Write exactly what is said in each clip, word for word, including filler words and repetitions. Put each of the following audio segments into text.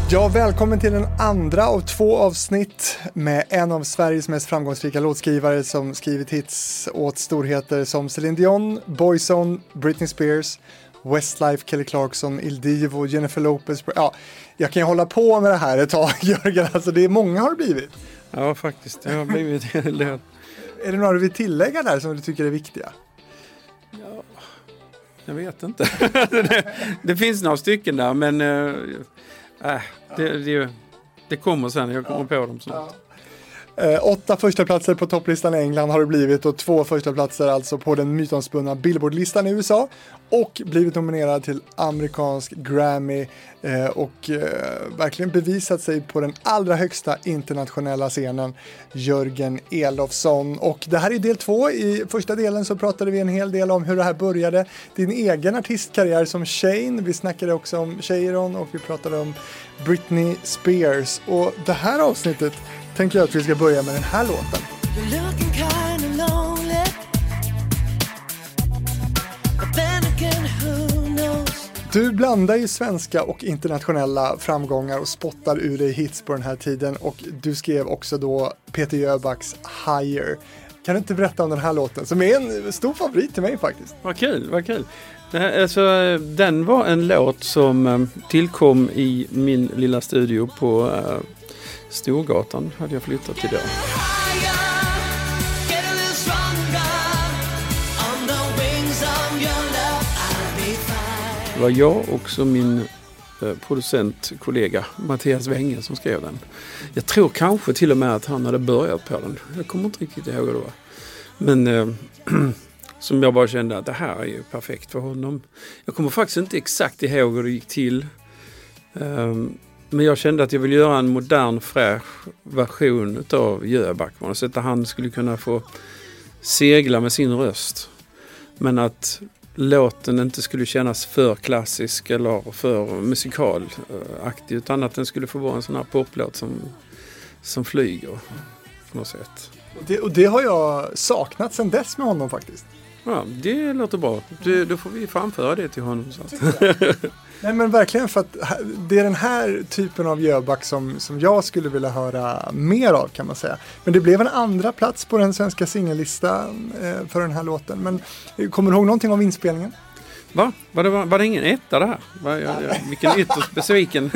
Ja, välkommen till den andra av två avsnitt med en av Sveriges mest framgångsrika låtskrivare som skrivit hits åt storheter som Celine Dion, Boyzone, Britney Spears, Westlife, Kelly Clarkson, Il Divo, Jennifer Lopez. Ja, jag kan ju hålla på med det här ett tag, Jörgen. Alltså det är många har det blivit. Ja, faktiskt. Det har blivit en del. Är det några du vill tillägga där som du tycker är viktiga? Ja, jag vet inte. det, det finns några stycken där, men äh, det, det, det kommer sen. Jag kommer på dem snart. Eh, åtta första platser på topplistan i England har det blivit och två första platser alltså på den mytomspunna Billboard-listan i U S A och blivit nominerad till amerikansk Grammy eh, och eh, verkligen bevisat sig på den allra högsta internationella scenen, Jörgen Elofsson. Och det här är del två. I första delen så pratade vi en hel del om hur det här började, din egen artistkarriär som Shane. Vi snackade också om Cheiron och vi pratade om Britney Spears. Och det här avsnittet tänker jag att vi ska börja med den här låten. Du blandar ju svenska och internationella framgångar och spottar ur dig hits på den här tiden och du skrev också då Peter Jöbacks Higher. Kan du inte berätta om den här låten som är en stor favorit till mig faktiskt? Vad kul, vad kul. Det här, alltså, den var en låt som tillkom i min lilla studio på uh, Storgatan hade jag flyttat till då. Det var jag också min eh, producentkollega Mattias Wenge som skrev den. Jag tror kanske till och med att han hade börjat på den. Jag kommer inte riktigt ihåg det då. Men eh, som jag bara kände att det här är ju perfekt för honom. Jag kommer faktiskt inte exakt ihåg hur det gick till. Um, Men jag kände att jag ville göra en modern, fräsch version av Jöback. Så att han skulle kunna få segla med sin röst. Men att låten inte skulle kännas för klassisk eller för musikalaktig. Utan att den skulle få vara en sån här poplåt som, som flyger på något sätt. Och det, och det har jag saknat sedan dess med honom faktiskt. Ja, det låter bra. Det, då får vi framföra det till honom. Så Nej men verkligen, för att det är den här typen av Jöback som, som jag skulle vilja höra mer av, kan man säga. Men det blev en andra plats på den svenska singellistan eh, för den här låten. Men kommer du ihåg någonting om inspelningen? Va? Var det, var, var det ingen etta det här? Var jag, jag, vilken ytterst besviken.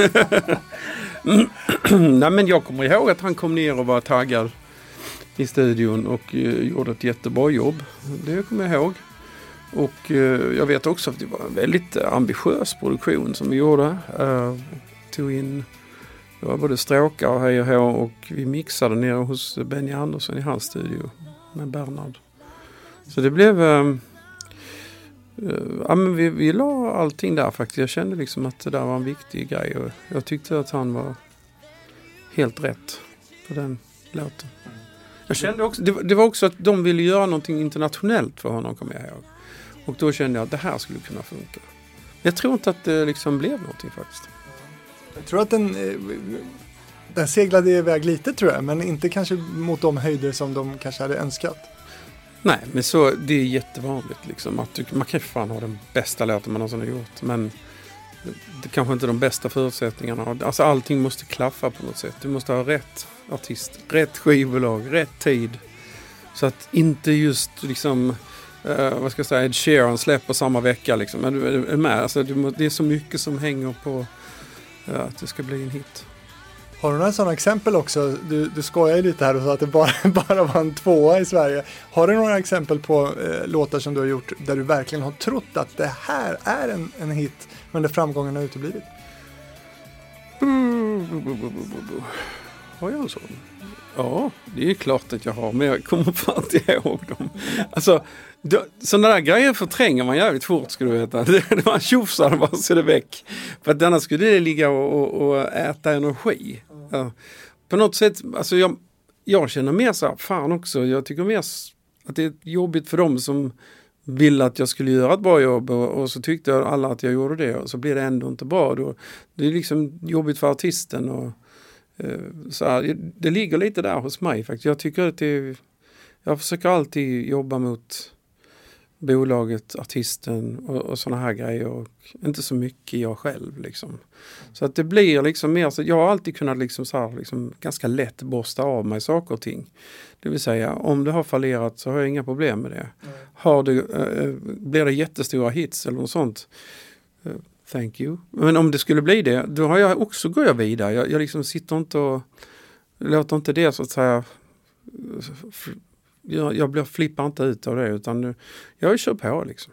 Nej men jag kommer ihåg att han kom ner och var taggad i studion och uh, gjorde ett jättebra jobb. Det kommer jag ihåg. Och uh, jag vet också att det var en väldigt ambitiös produktion som vi gjorde. Uh, tog in, det var både stråkar och hej och hå och vi mixade nere hos Benny Andersson i hans studio med Bernhard. Så det blev, uh, uh, ja men vi, vi la allting där faktiskt. Jag kände liksom att det där var en viktig grej och jag tyckte att han var helt rätt på den låten. Jag kände också, det, det var också att de ville göra någonting internationellt för honom, kommer jag ihåg. Och då kände jag att det här skulle kunna funka. Jag tror inte att det liksom blev någonting faktiskt. Jag tror att den, den seglade iväg lite tror jag, men inte kanske mot de höjder som de kanske hade önskat. Nej, men så det är jättevanligt liksom. Att du, man kan fan ha den bästa låten man någonsin har gjort, men det, det kanske inte är de bästa förutsättningarna. Alltså allting måste klaffa på något sätt. Du måste ha rätt artist, rätt skivbolag, rätt tid. Så att inte just liksom uh, vad ska jag säga, Ed Sheeran släpper samma vecka liksom. Är du, är du med? Alltså, det är så mycket som hänger på uh, att det ska bli en hit. Har du några sådana exempel också? Du, du skojar ju lite här och sa att det bara, bara var en tvåa i Sverige. Har du några exempel på eh, låtar som du har gjort där du verkligen har trott att det här är en, en hit men där framgången har uteblivit? Har jag en sån? Ja, det är klart att jag har, men jag kommer fan inte ihåg dem. Alltså, sådana där grejer förtränger man jävligt fort, skulle du veta. Det var en tjofsar bara så det väck. För att denna skulle det ligga och, och, och äta energi. Ja. På något sätt, alltså jag, jag känner mer så här, fan också, jag tycker mer att det är jobbigt för dem som vill att jag skulle göra ett bra jobb och, och så tyckte alla att jag gjorde det och så blir det ändå inte bra. Då, det är liksom jobbigt för artisten och så här, det ligger lite där hos mig faktiskt. Jag tycker att det, jag försöker alltid jobba mot bolaget, artisten och, och sådana här grejer. Och inte så mycket jag själv liksom. Så att det blir liksom mer så, jag har alltid kunnat liksom så här, liksom ganska lätt borsta av mig saker och ting. Det vill säga, om det har fallerat så har jag inga problem med det. Mm. Har det äh, blir det jättestora hits eller något sånt, uh, thank you. Men om det skulle bli det, då har jag också går jag vidare. Jag, jag liksom sitter inte och låter inte det så att säga, jag, jag blir, flippar inte ut av det, utan jag kör på liksom.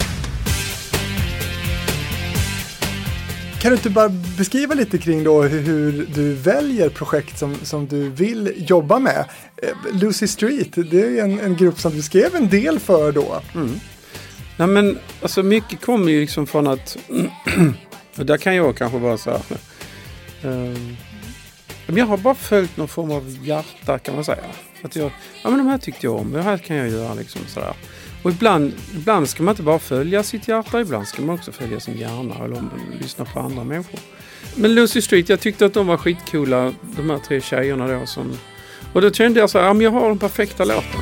Kan du inte bara beskriva lite kring då hur, hur du väljer projekt som, som du vill jobba med? Lucy Street, det är en, en grupp som du skrev en del för då. Mm. Nej, men alltså mycket kommer ju liksom från att och där kan jag kanske vara så här, um, jag har bara följt någon form av hjärta, kan man säga. Att jag, ja men de här tyckte jag om, det här kan jag göra liksom sådär. Och ibland, ibland ska man inte bara följa sitt hjärta, ibland ska man också följa sin hjärna eller om man lyssnar på andra människor. Men Lucy Street, jag tyckte att de var skitcoola, de här tre tjejerna då som, och då kände jag så här, ja men jag har den perfekta låten.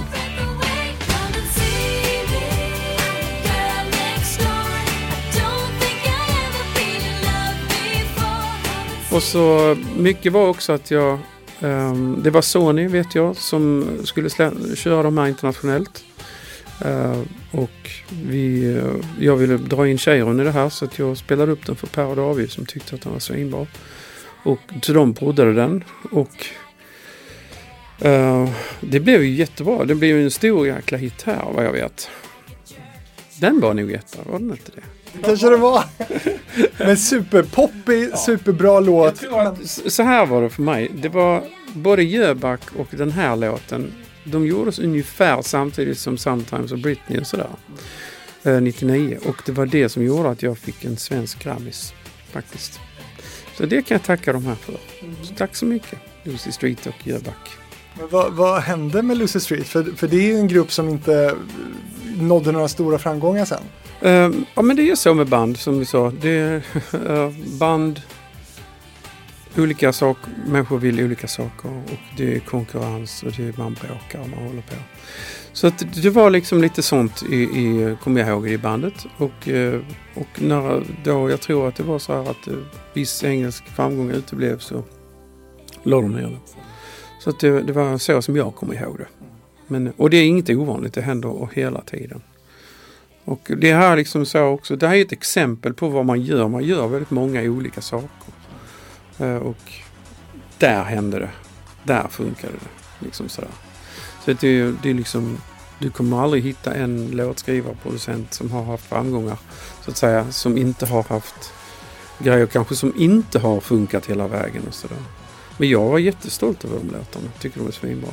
Och så mycket var också att jag, um, det var Sony vet jag som skulle slä- köra de här internationellt. Uh, och vi, uh, jag ville dra in tjejer i det här så att jag spelade upp den för Per och David som tyckte att den var så inbra. Och så de prodade den och uh, det blev ju jättebra. Det blev ju en stor jäkla hit här vad jag vet. Den var nog jättebra, var den inte det? Kanske det var. Men superpoppig, ja. Superbra låt. Så här var det för mig. Det var både Jöback och den här låten. De gjordes ungefär samtidigt som Sometimes och Britney och sådär. Eh, nittionio. Och det var det som gjorde att jag fick en svensk Grammis. Faktiskt. Så det kan jag tacka dem här för. Så tack så mycket. Lucy Street och Jöback. Men vad, vad hände med Lucy Street? För, för det är ju en grupp som inte nådde några stora framgångar sen. Uh, ja men det är ju så med band som vi sa. Det är uh, band, olika saker, människor vill olika saker och det är konkurrens och det är man bråkar och man håller på. Så att det var liksom lite sånt i, i kommer jag ihåg i bandet och, uh, och när då jag tror att det var så här att uh, viss engelsk framgång uteblev så lade de ner det. Så att det, det var så som jag kommer ihåg det. Men, och det är inget ovanligt, det händer hela tiden. Och det här liksom så också, det här är ett exempel på vad man gör. Man gör väldigt många olika saker. Uh, och där hände det. Där funkade det. Liksom sådär. Så det är, det är liksom, du kommer aldrig hitta en låtskrivare och producent som har haft framgångar. Så att säga, som inte har haft grejer kanske som inte har funkat hela vägen och sådär. Men jag var jättestolt över de låtarna. Jag tycker de är svinbra.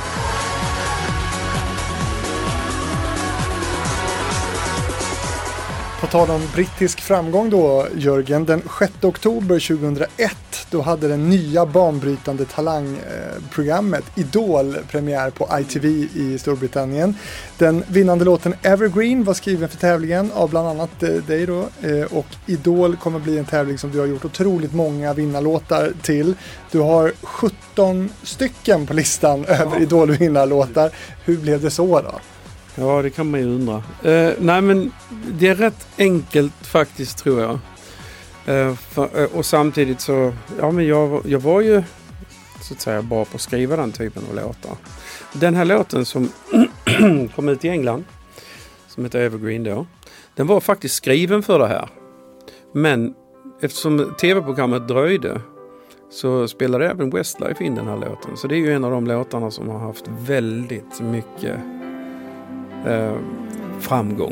På tal om brittisk framgång då, Jörgen, den sjätte oktober tjugohundraett då hade den nya banbrytande talangprogrammet Idol premiär på I T V i Storbritannien. Den vinnande låten Evergreen var skriven för tävlingen av bland annat dig då, och Idol kommer bli en tävling som du har gjort otroligt många vinnarlåtar till. Du har sjutton stycken på listan över ja. Idol-vinnarlåtar. Hur blev det så då? Ja, det kan man ju undra. Uh, nej, men det är rätt enkelt faktiskt, tror jag. Uh, för, uh, och samtidigt så, ja men jag, jag var ju så att säga bra på att skriva den typen av låtar. Den här låten som kom ut i England, som heter Evergreen då, den var faktiskt skriven för det här. Men eftersom tv-programmet dröjde så spelade även Westlife in den här låten. Så det är ju en av de låtarna som har haft väldigt mycket Eh, framgång.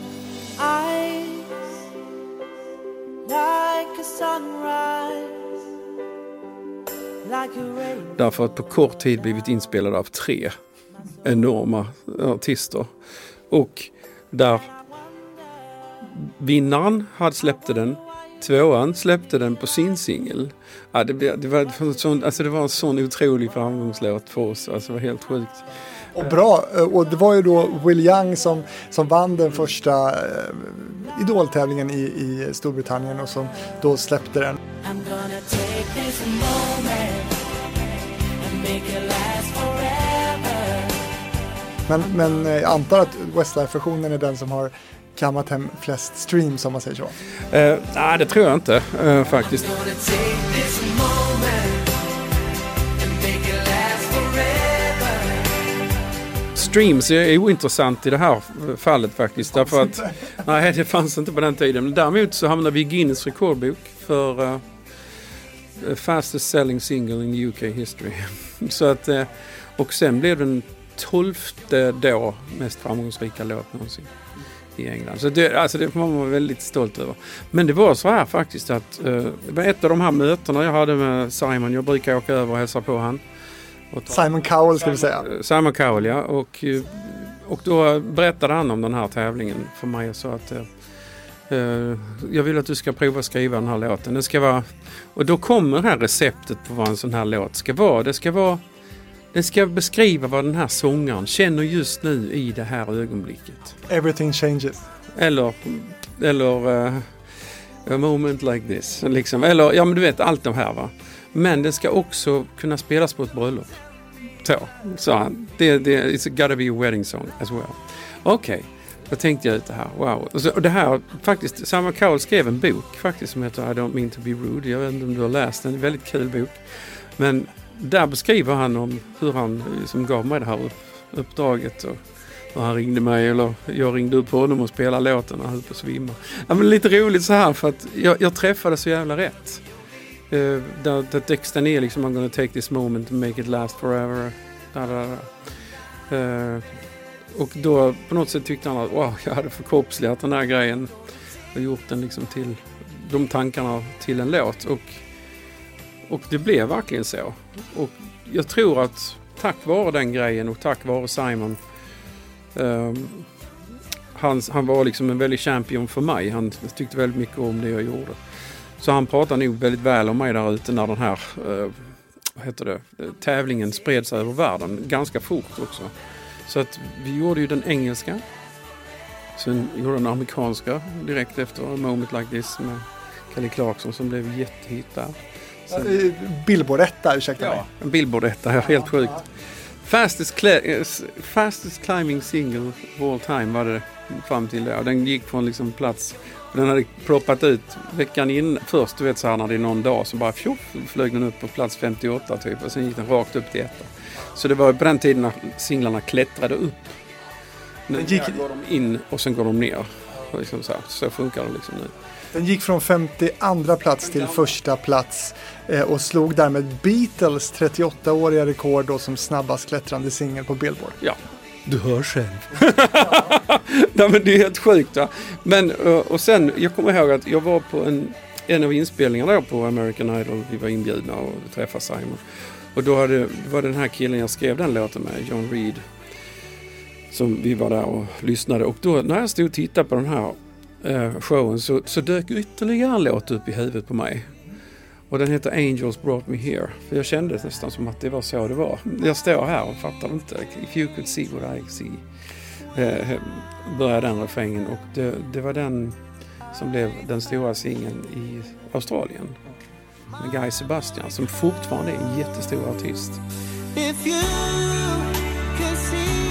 Därför att på kort tid blivit inspelad av tre enorma artister. Och där vinnaren hade släppte den, tvåan släppte den på sin singel. Ja, det, det, var, sån, alltså det var en sån otrolig framgångslåt för oss. Alltså det var helt sjukt. Och bra, och det var ju då Will Young som, som vann den första eh, idoltävlingen i, i Storbritannien och som då släppte den. Men, men jag antar att Westlife-versionen är den som har kammat hem flest streams, om man säger så. Uh, nej, det tror jag inte uh, faktiskt. Streams är ointressant i det här fallet faktiskt. Därför att, nej, det fanns inte på den tiden. Men däremot så hamnade vi i Guinness rekordbok för uh, fastest selling single in U K history. Så att, uh, och sen blev den tolfte då mest framgångsrika låt någonsin i England. Så det, alltså det var man väldigt stolt över. Men det var så här faktiskt att uh, det var ett av de här mötena jag hade med Simon. Jag brukar åka över och hälsa på han. Simon Cowell ska vi säga. Simon Cowell, ja. Och, och då berättade han om den här tävlingen för mig och sa att uh, jag vill att du ska prova skriva den här låten. Det ska vara, och då kommer det här receptet på vad en sån här låt ska vara. Det ska vara Den ska beskriva vad den här sångaren känner just nu i det här ögonblicket. Everything changes. Eller, eller uh, a moment like this. Liksom. Eller, ja men du vet, allt det här va. Men det ska också kunna spelas på ett bröllop. Så, så det, det, it's gotta be a wedding song as well. Okej, okay. Då tänkte jag ut det här. Wow. Och, så, och det här, faktiskt, Simon Cowell skrev en bok faktiskt som heter I don't mean to be rude. Jag vet inte om du har läst den, en väldigt kul bok. Men där beskriver han om hur han liksom gav mig det här upp, uppdraget och, och han ringde mig eller jag ringde upp på honom och spelade låten och han höll på att svimma. Ja, men lite roligt så här för att jag, jag träffade så jävla rätt. Uh, där, där texten är liksom I'm gonna take this moment and make it last forever. Da, da, da. Uh, och då på något sätt tyckte han att wow, jag hade förkroppsligat den här grejen och gjort den liksom till de tankarna till en låt och Och det blev verkligen så. Och jag tror att tack vare den grejen och tack vare Simon um, han, han var liksom en väldigt champion för mig. Han tyckte väldigt mycket om det jag gjorde. Så han pratade nog väldigt väl om mig där ute när den här uh, vad heter det, tävlingen spred sig över världen ganska fort också. Så att vi gjorde ju den engelska. Sen gjorde den amerikanska direkt efter A Moment Like This med Kelly Clarkson som blev jättehit där. Sen, Billboard etta, ursäkta ja, mig. En Billboard etta, helt sjukt. Fastest, cl- fastest climbing single of all time var det fram till det. Och den gick från liksom plats, den hade ploppat ut veckan in först, du vet så här när det är någon dag så bara fjoff, flög den upp på plats femtioåtta typ och sen gick den rakt upp till etta. Så det var på den tiden när singlarna klättrade upp. Nu gick... går de in och sen går de ner. Liksom så, här. Så funkar det liksom nu. Den gick från femtioandra plats till första plats eh, och slog därmed Beatles trettioåttaåriga rekord då som snabbast klättrande singel på Billboard. Ja, du hör själv. Nej, men det är helt sjukt. Va? Men, och sen, jag kommer ihåg att jag var på en, en av inspelningarna då på American Idol. Vi var inbjudna och träffade Simon. Och då hade, var den här killen jag skrev den låten med, John Reed, som vi var där och lyssnade. Och då när jag stod och tittade på den här Uh, showen så, så dök ytterligare en låt upp i huvudet på mig och den heter Angels Brought Me Here för jag kände nästan som att det var så det var. Jag står här och fattar inte If you could see what I see uh, började den refrängen och det, det var den som blev den stora singeln i Australien med Guy Sebastian som fortfarande är en jättestor artist. If you could see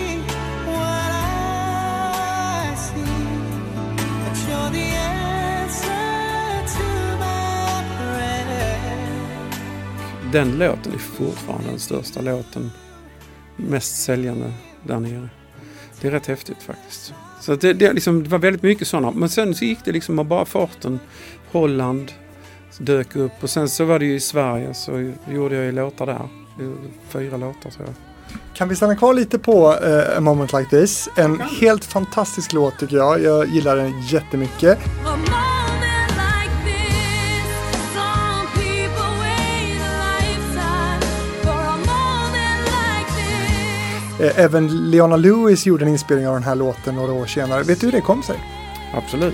den låten är fortfarande den största låten, mest säljande där nere. Det är rätt häftigt faktiskt. Så det, det, liksom, det var väldigt mycket sådana. Men sen så gick det liksom av bara farten. Holland dök upp och sen så var det ju i Sverige så gjorde jag ju låtar där. Fyra låtar tror jag. Kan vi stanna kvar lite på uh, A Moment Like This? En kan. helt fantastisk låt tycker jag. Jag gillar den jättemycket. Även Leona Lewis gjorde en inspelning av den här låten några år senare. Vet du hur det kom sig? Absolut.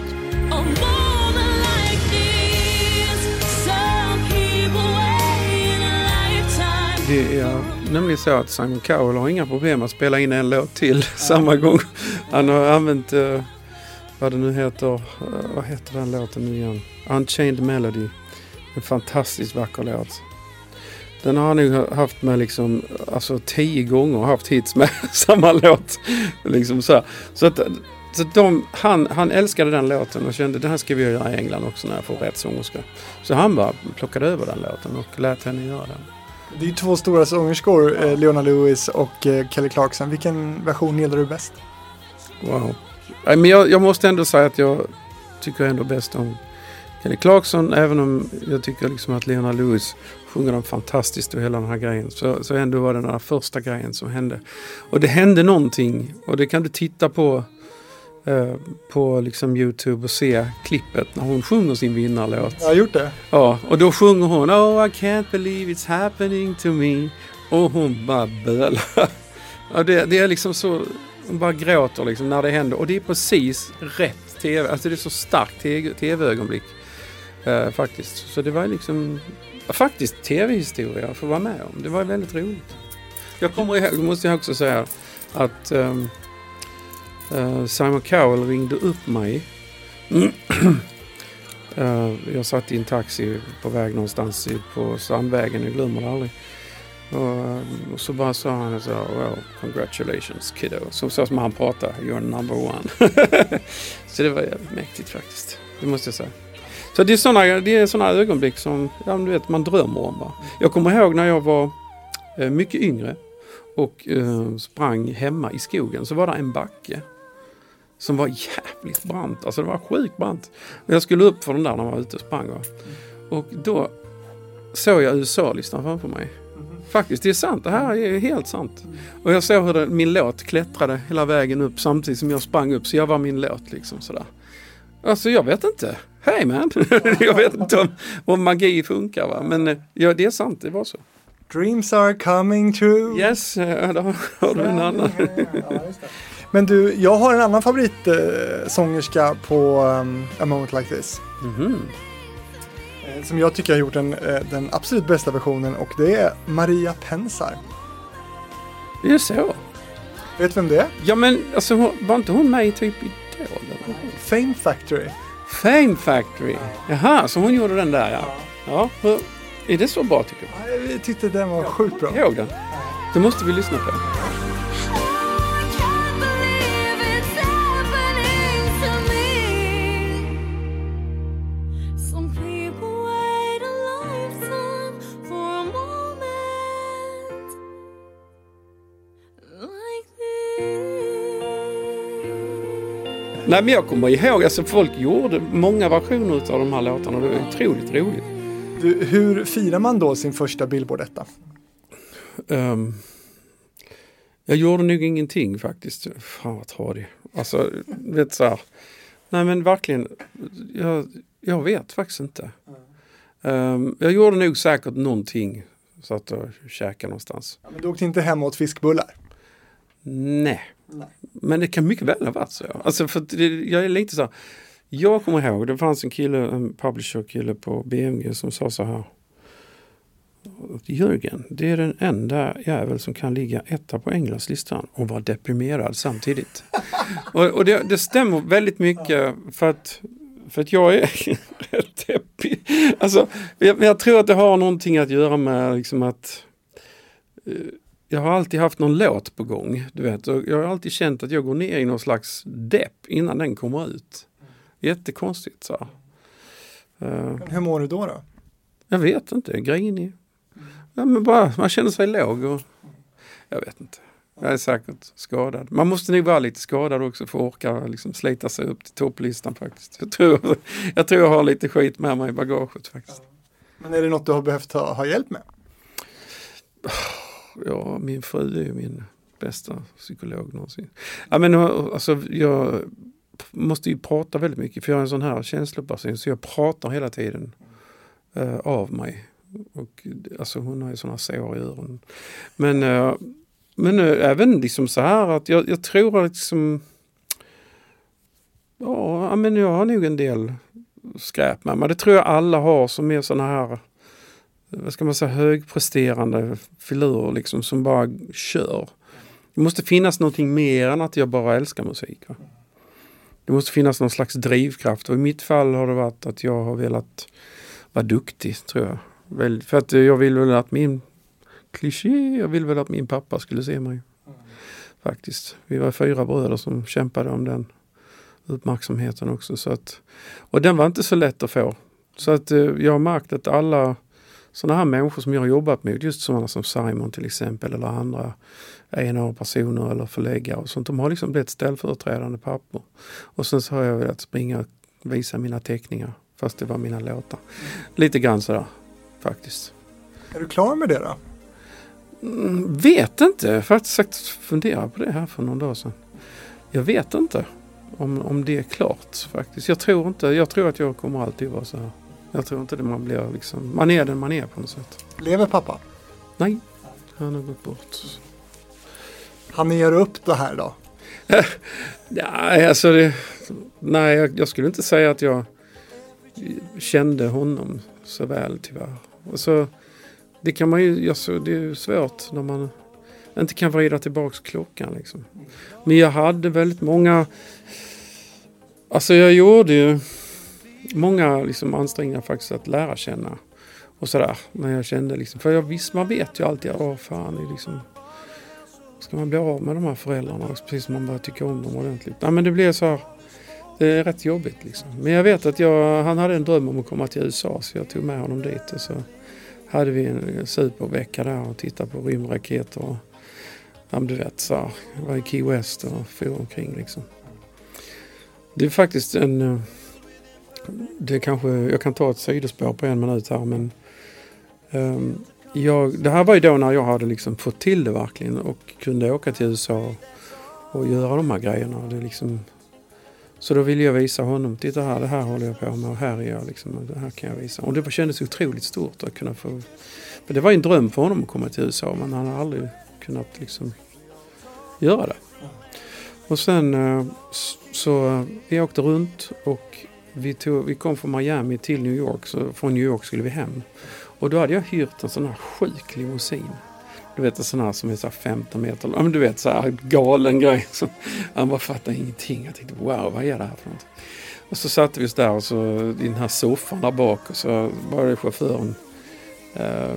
Det är nämligen så att Simon Cowell har inga problem att spela in en låt till samma gång. Han har använt uh, vad det nu heter, uh, vad heter den låten nu igen? Unchained Melody. En fantastiskt vacker låt. Den har han ju haft med liksom, alltså tio gånger haft hits med samma låt. Liksom så här. Så att, så att de, han, han älskade den låten och kände det här ska vi göra i England också när jag får rätt sångerska. Så han bara plockade över den låten och lät henne göra den. Det är ju två stora sångerskor, eh, Leona Lewis och eh, Kelly Clarkson. Vilken version gillar du bäst? Wow. Men jag, jag måste ändå säga att jag tycker ändå bäst om Kelly Clarkson, även om jag tycker liksom att Leona Lewis sjunger den fantastiskt och hela den här grejen. Så, så ändå var det den här första grejen som hände. Och det hände någonting, och det kan du titta på eh, på liksom YouTube och se klippet när hon sjunger sin vinnarlåt. Jag har gjort det. Ja, och då sjunger hon Oh I can't believe it's happening to me. Och hon bara bölar. Ja, det, det är liksom så, hon bara gråter liksom när det händer. Och det är precis rätt tv, alltså det är så starkt tv-ögonblick. Uh, faktiskt. Så det var liksom uh, faktiskt tv-historia för att vara med om. Det var väldigt roligt. Jag kommer ihåg, måste jag också säga, att um, uh, Simon Cowell ringde upp mig. uh, jag satt i en taxi på väg någonstans i, på Strandvägen, jag glömmer det aldrig. Och, och så bara sa han så, well, congratulations kiddo. Så, så som han pratar, you're number one. Så det var jävligt mäktigt faktiskt. Det måste jag säga. Så det är såna, det är såna ögonblick som ja, du vet, man drömmer om. Va? Jag kommer ihåg när jag var eh, mycket yngre och eh, sprang hemma i skogen, så var det en backe som var jävligt brant. Alltså det var sjukt brant. Och jag skulle upp för den där när jag var ute och sprang. Va? Och då såg jag U S A-listan framför mig. Faktiskt, det är sant. Det här är helt sant. Och jag såg hur det, min låt klättrade hela vägen upp samtidigt som jag sprang upp. Så jag var min låt liksom sådär. Alltså jag vet inte. Hej man. Jag vet inte om, om magi funkar, va. Men ja, det är sant, det var så. Dreams are coming true. Yes, då har du en annan. Men du, jag har en annan favoritsångerska eh, på um, A Moment Like This. Mm-hmm. Eh, som jag tycker har gjort den, eh, den absolut bästa versionen, och det är Maria Pensar. Det är så. Vet du vem det är? Ja, men alltså, var inte hon med i typ Idol? Fame Factory. Fame Factory. Jaha, så hon gjorde den där, ja. Ja, hur, är det så bra tycker du? Ja, jag tyckte den var sjukt bra. Jag den. Det måste vi lyssna på. Nej, men jag kommer ihåg, alltså folk gjorde många versioner av de här låtarna och det var otroligt roligt. Du, hur firar man då sin första Billboard-etta? Um, jag gjorde nog ingenting faktiskt. Fan vad tradig. Alltså, vet så här. Nej men verkligen, jag, jag vet faktiskt inte. Um, jag gjorde nog säkert någonting, så att jag käkade någonstans. Ja, men du åkte inte hem åt fiskbullar? Nej. Nej. Men det kan mycket väl ha varit så. Alltså för det, jag är lite så här, jag kommer ihåg, det fanns en kille, en publisher-kille på B M G som sa så här: Jörgen, det är den enda jävel som kan ligga etta på Englandslistan och vara deprimerad samtidigt. och och det, det stämmer väldigt mycket, för att, för att jag är rätt deppig. Alltså, jag, jag tror att det har någonting att göra med liksom att uh, jag har alltid haft någon låt på gång, du vet. Och jag har alltid känt att jag går ner i någon slags depp innan den kommer ut. Jättekonstigt så. Uh, Hur mår du då då? Jag vet inte, grinig. Ja, men bara, man känner sig låg och jag vet inte. Jag är säkert skadad. Man måste nog vara lite skadad också för att orka liksom slita sig upp till topplistan faktiskt. Jag tror, jag tror jag har lite skit med mig i bagaget faktiskt. Men är det något du har behövt ha, ha hjälp med? Ja, min fru är ju min bästa psykolog någonsin. Ja, men alltså, jag måste ju prata väldigt mycket, för jag är en sån här känsloperson, så jag pratar hela tiden uh, av mig. Och alltså hon har ju såna sår i öronen. Men, uh, men uh, även liksom så här att jag, jag tror att liksom ja, men jag har nog en del skräp med mig. Det tror jag alla har som är såna här, vad ska man säga, högpresterande filurer liksom, som bara kör. Det måste finnas någonting mer än att jag bara älskar musik. Va? Det måste finnas någon slags drivkraft. Och i mitt fall har det varit att jag har velat vara duktig, tror jag. Väl, för att jag vill väl att min kliché. Jag ville väl att min pappa skulle se mig. Mm. Faktiskt. Vi var fyra bröder som kämpade om den uppmärksamheten också. Så att, och den var inte så lätt att få. Så att eh, jag har märkt att alla sådana här människor som jag har jobbat med, just sådana som Simon till exempel, eller andra ena personer eller förläggare och sånt, de har liksom blivit ställföreträdande papper. Och sen så har jag velat springa och visa mina teckningar, fast det var mina låtar. Lite grann sådär, faktiskt. Är du klar med det då? Mm, vet inte. Jag har faktiskt funderat på det här för någon dag sedan. Jag vet inte om, om det är klart faktiskt. Jag tror inte, jag tror att jag kommer alltid vara så här. Jag tror inte det man blir liksom, man är den man är på något sätt. Lever pappa? Nej, han har gått bort. Han ger upp det här då? Ja, alltså det, nej, jag, jag skulle inte säga att jag kände honom så väl tyvärr. Alltså, det kan man ju, alltså, det är ju svårt när man inte kan vrida tillbaka klockan liksom. Men jag hade väldigt många, alltså jag gjorde ju många liksom ansträngningar faktiskt att lära känna och sådär, när jag kände liksom, för jag visste, man vet ju alltid, åh fan, det är liksom, ska man bli av med de här föräldrarna precis som man bara tycker om dem ordentligt. Ja, men det blev så här, det är rätt jobbigt liksom. Men jag vet att jag, han hade en dröm om att komma till U S A, så jag tog med honom dit och så hade vi en supervecka där och tittade på rymdraketer och ja, du vet, så här, jag var i Key West och for omkring liksom. Det är faktiskt en, det kanske, jag kan ta ett sidospår på en minut här, men um, jag, det här var ju då när jag hade liksom fått till det verkligen och kunde åka till U S A och, och göra de här grejerna. Det liksom, så då ville jag visa honom, titta här, det här håller jag på med och här är jag liksom, och det här kan jag visa. Och det kändes otroligt stort att kunna få, för det var en dröm för honom att komma till U S A, men han har aldrig kunnat liksom göra det. Och sen så vi åkte runt och vi, tog, vi kom från Miami till New York, så från New York skulle vi hem. Och då hade jag hyrt en sån här sjuk limousin. Du vet, en sån här som är så här femton meter. Ja, men du vet, så här galen grej. Så han bara fattade ingenting. Jag tänkte, wow, vad är det här för något? Och så satte vi oss där och så i den här soffan där bak. Och så började chauffören eh,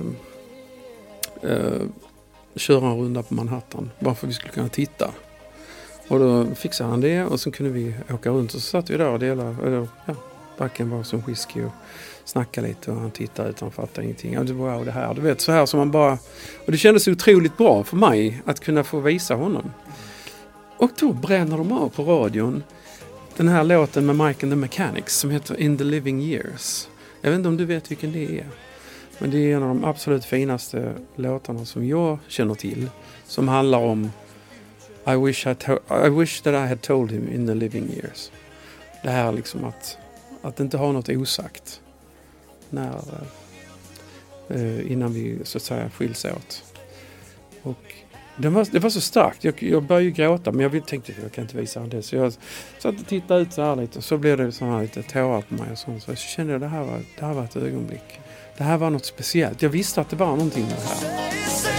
eh, köra en runda på Manhattan. Bara för att vi skulle kunna titta. Och då fixade han det och så kunde vi åka runt. Och så satt vi där och delade. Eller, ja, backen var som whisky och snacka lite och han tittade utan att fatta ingenting. Ja, det var wow, det här, du vet, så här som man bara, och det kändes otroligt bra för mig att kunna få visa honom. Och då bränner de av på radion den här låten med Mike and the Mechanics som heter In the Living Years. Jag vet inte om du vet vilken det är, men det är en av de absolut finaste låtarna som jag känner till, som handlar om I wish, I to- I wish that I had told him in the living years. Det här liksom att, att inte ha något osagt när, eh, innan vi så att säga skiljs åt. Och det var, det var så starkt. Jag, jag började ju gråta, men jag tänkte att jag kan inte visa det. Så jag satt och tittade ut så här lite och så blev det så här lite tårar på mig och sånt. Så jag kände att det här var, det här var ett ögonblick. Det här var något speciellt. Jag visste att det var någonting med det här.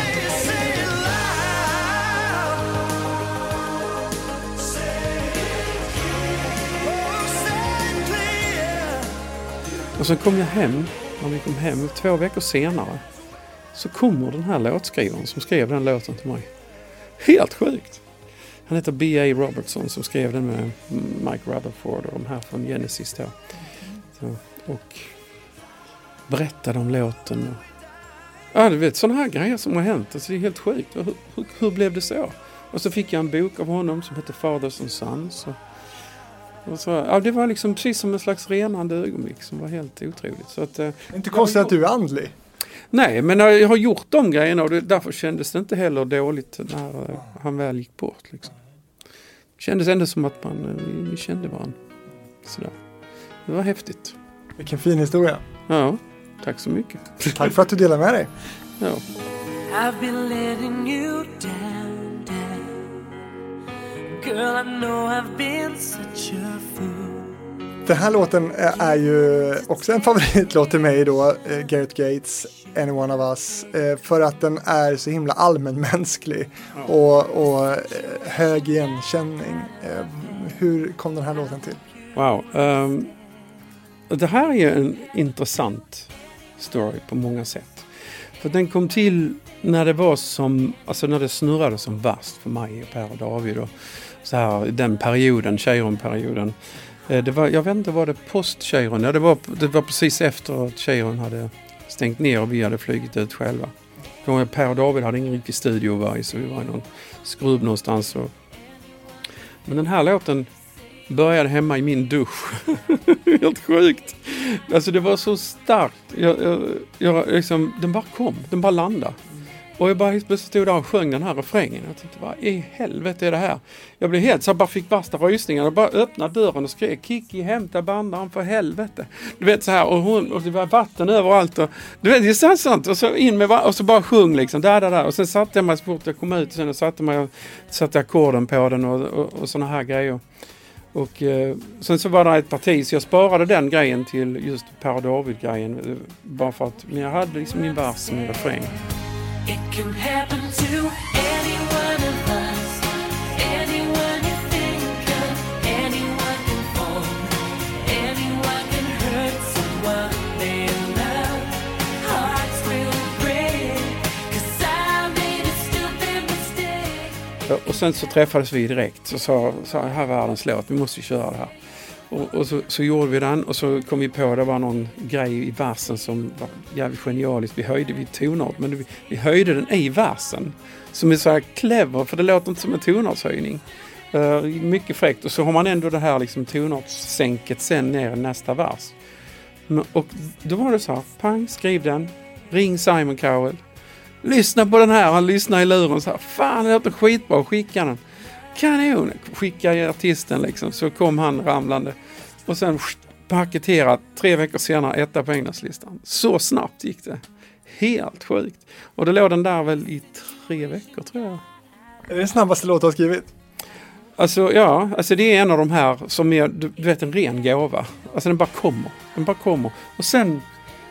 Och så kom jag hem, när vi kom hem två veckor senare, så kommer den här låtskrivaren som skrev den låten till mig. Helt sjukt! Han heter B A Robertson som skrev den med Mike Rutherford och de här från Genesis då. Så, och berättade om låten. Och, ja, du vet, sådana här grejer som har hänt. Alltså, det är helt sjukt. Hur, hur, hur blev det så? Och så fick jag en bok av honom som heter Fathers and Sons. Och, Och så, ja, det var liksom precis som en slags renande ögonblick som var helt otroligt. Så att, eh, inte konstigt att du är andlig. Nej, men jag har gjort de grejerna och det, därför kändes det inte heller dåligt när eh, han väl gick bort. Liksom. Det kändes ändå som att man, eh, vi, vi kände varandra. Sådär. Det var häftigt. Vilken fin historia. Ja, tack så mycket. Tack för att du delar med dig. Ja. I've been letting you down, down. Girl, I know I've been such a fool. Den här låten är ju också en favoritlåt till mig då, Gareth Gates, Any One of Us, för att den är så himla allmänmänsklig och, och hög igenkänning. Hur kom den här låten till? Wow. Um, det här är en intressant story på många sätt. För den kom till när det var som, alltså när det snurrade som värst för mig och Per och David och så här, den perioden, Cheiron-perioden. Det var, jag vet inte, var det post-Cheiron? Ja, det var, det var precis efter att Cheiron hade stängt ner och vi hade flugit ut själva. För Per och David hade ingen riktig studio var, så vi var i någon skrubb någonstans. Och... Men den här låten började hemma i min dusch. Helt sjukt. Alltså det var så starkt. Jag, jag, jag, liksom, den bara kom, den bara landade. Och jag bara plötsligt stod där och sjöng den här refrängen. Jag tänkte, vad i helvete är det här? Jag blev helt så jag bara fick värsta rysningar. Jag bara öppnade dörren och skrek, Kiki, hämta bandaren för helvete. Du vet så här, och, hon, och det var vatten överallt. Och, du vet, det är så sant. Och så in med och så bara sjung liksom, där, där, där. Och sen satte jag mig så fort jag kom ut. Och sen satte jag satte ackorden på den och, och, och såna här grejer. Och eh, sen så var det ett parti, så jag sparade den grejen till just Per och David-grejen. Bara för att, men jag hade liksom min vers som en refräng. It can happen to anyone of us, anyone you think of, anyone can fall, anyone can hurt someone they love, hearts will break, 'cause I made a stupid mistake. Och sen så träffades vi direkt och sa, sa här är världens låt, vi måste ju köra det här. Och, och så, så gjorde vi den och så kom vi på det var någon grej i versen som var jävligt genialiskt. Vi höjde vi tonart, men vi, vi höjde den i versen som är så här clever, för det låter inte som en tonartshöjning. Uh, mycket fräckt. Och så har man ändå det här liksom tonartssänket sen ner i nästa vers. Men, och då var det så här, pang, skriv den, ring Simon Cowell, lyssna på den här, han lyssnar i luren så här, fan det låter skitbra, skicka den. Kanon, skicka artisten liksom, så kom han ramlande och sen paketerat tre veckor senare etta på Englandslistan. Så snabbt gick det. Helt sjukt. Och det låg den där väl i tre veckor tror jag. Är det snabbaste låt du har skrivit? Alltså ja, alltså det är en av de här som är, du, du vet, en ren gåva. Alltså den bara kommer, den bara kommer. Och sen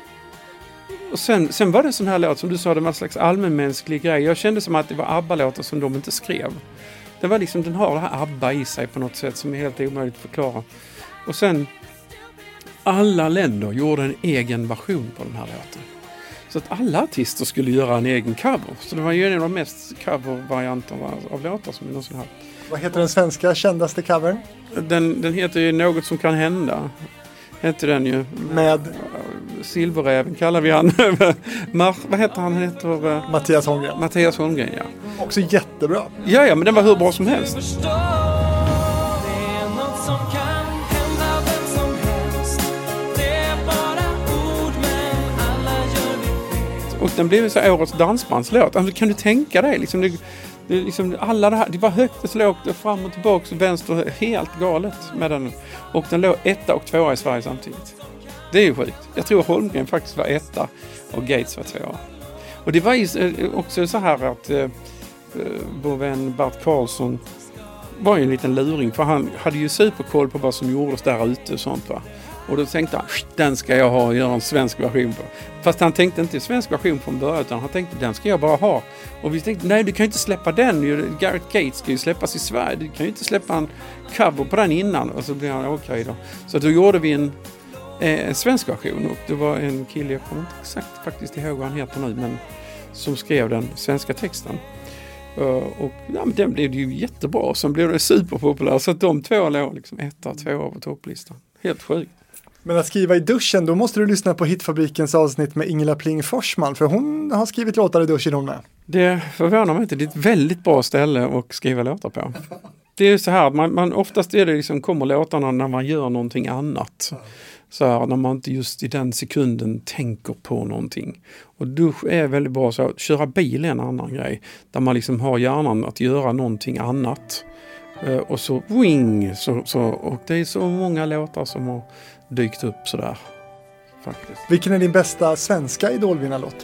och sen, sen var det en sån här låt som du sa, det var en slags allmänmänsklig grej. Jag kände som att det var ABBA-låtar som de inte skrev. Det var liksom, den har det här ABBA i sig på något sätt som är helt omöjligt att förklara. Och sen alla länder gjorde en egen version på den här låten. Så att alla artister skulle göra en egen cover. Så det var ju en av de mest covervarianterna av låtar som är någon sån här. Vad heter den svenska kändaste covern? Den, den heter ju Något som kan hända. Heter den ju. Med? Silverräven kallar vi han. Mar- vad heter han? Han heter uh, Mattias Holmgren. Mattias Holmgren, ja. Också jättebra. Ja, ja, men den var hur bra som helst. Och den blev så årets dansbandslåt. Alltså, kan du tänka dig? Liksom, det, det, liksom, alla det, här, det var högt och så lågt och fram och tillbaka och vänster, helt galet med den. Och den låg etta och tvåa i Sverige samtidigt. Det är ju sjukt. Jag tror Holmgren faktiskt var etta och Gates var tvåa. Och det var ju också så här att eh, vår vän Bert Karlsson var ju en liten luring, för han hade ju superkoll på vad som gjordes där ute och sånt, va. Och då tänkte han, den ska jag ha och göra en svensk version på. Fast han tänkte inte svensk version från början, utan han tänkte, den ska jag bara ha. Och vi tänkte, nej du kan ju inte släppa den. Gareth Gates ska ju släppas i Sverige. Du kan ju inte släppa en cover på den innan. Och så blev han, okej okay då. Så då gjorde vi en, eh, en svensk version. Och det var en kille, jag kommer inte exakt faktiskt ihåg vad han heter nu, men som skrev den svenska texten. Uh, och ja, men den blev ju jättebra. Sen blev det superpopulär. Så att de två låg liksom etta, tvåa på topplistan. Helt sjukt. Men att skriva i duschen, då måste du lyssna på Hitfabrikens avsnitt med Ingela Pling Forsman, för hon har skrivit låtar i duschen hon med. Det förvånar mig inte. Det är ett väldigt bra ställe att skriva låtar på. Det är så här, man, man, oftast är det liksom, kommer låtarna när man gör någonting annat. Så här, när man inte just i den sekunden tänker på någonting. Och dusch är väldigt bra. Så att köra bil är en annan grej. Där man liksom har hjärnan att göra någonting annat. Uh, och så wing. Så, så, och det är så många låtar som har dykt upp sådär. Faktiskt. Vilken är din bästa svenska idolvinnarlåt?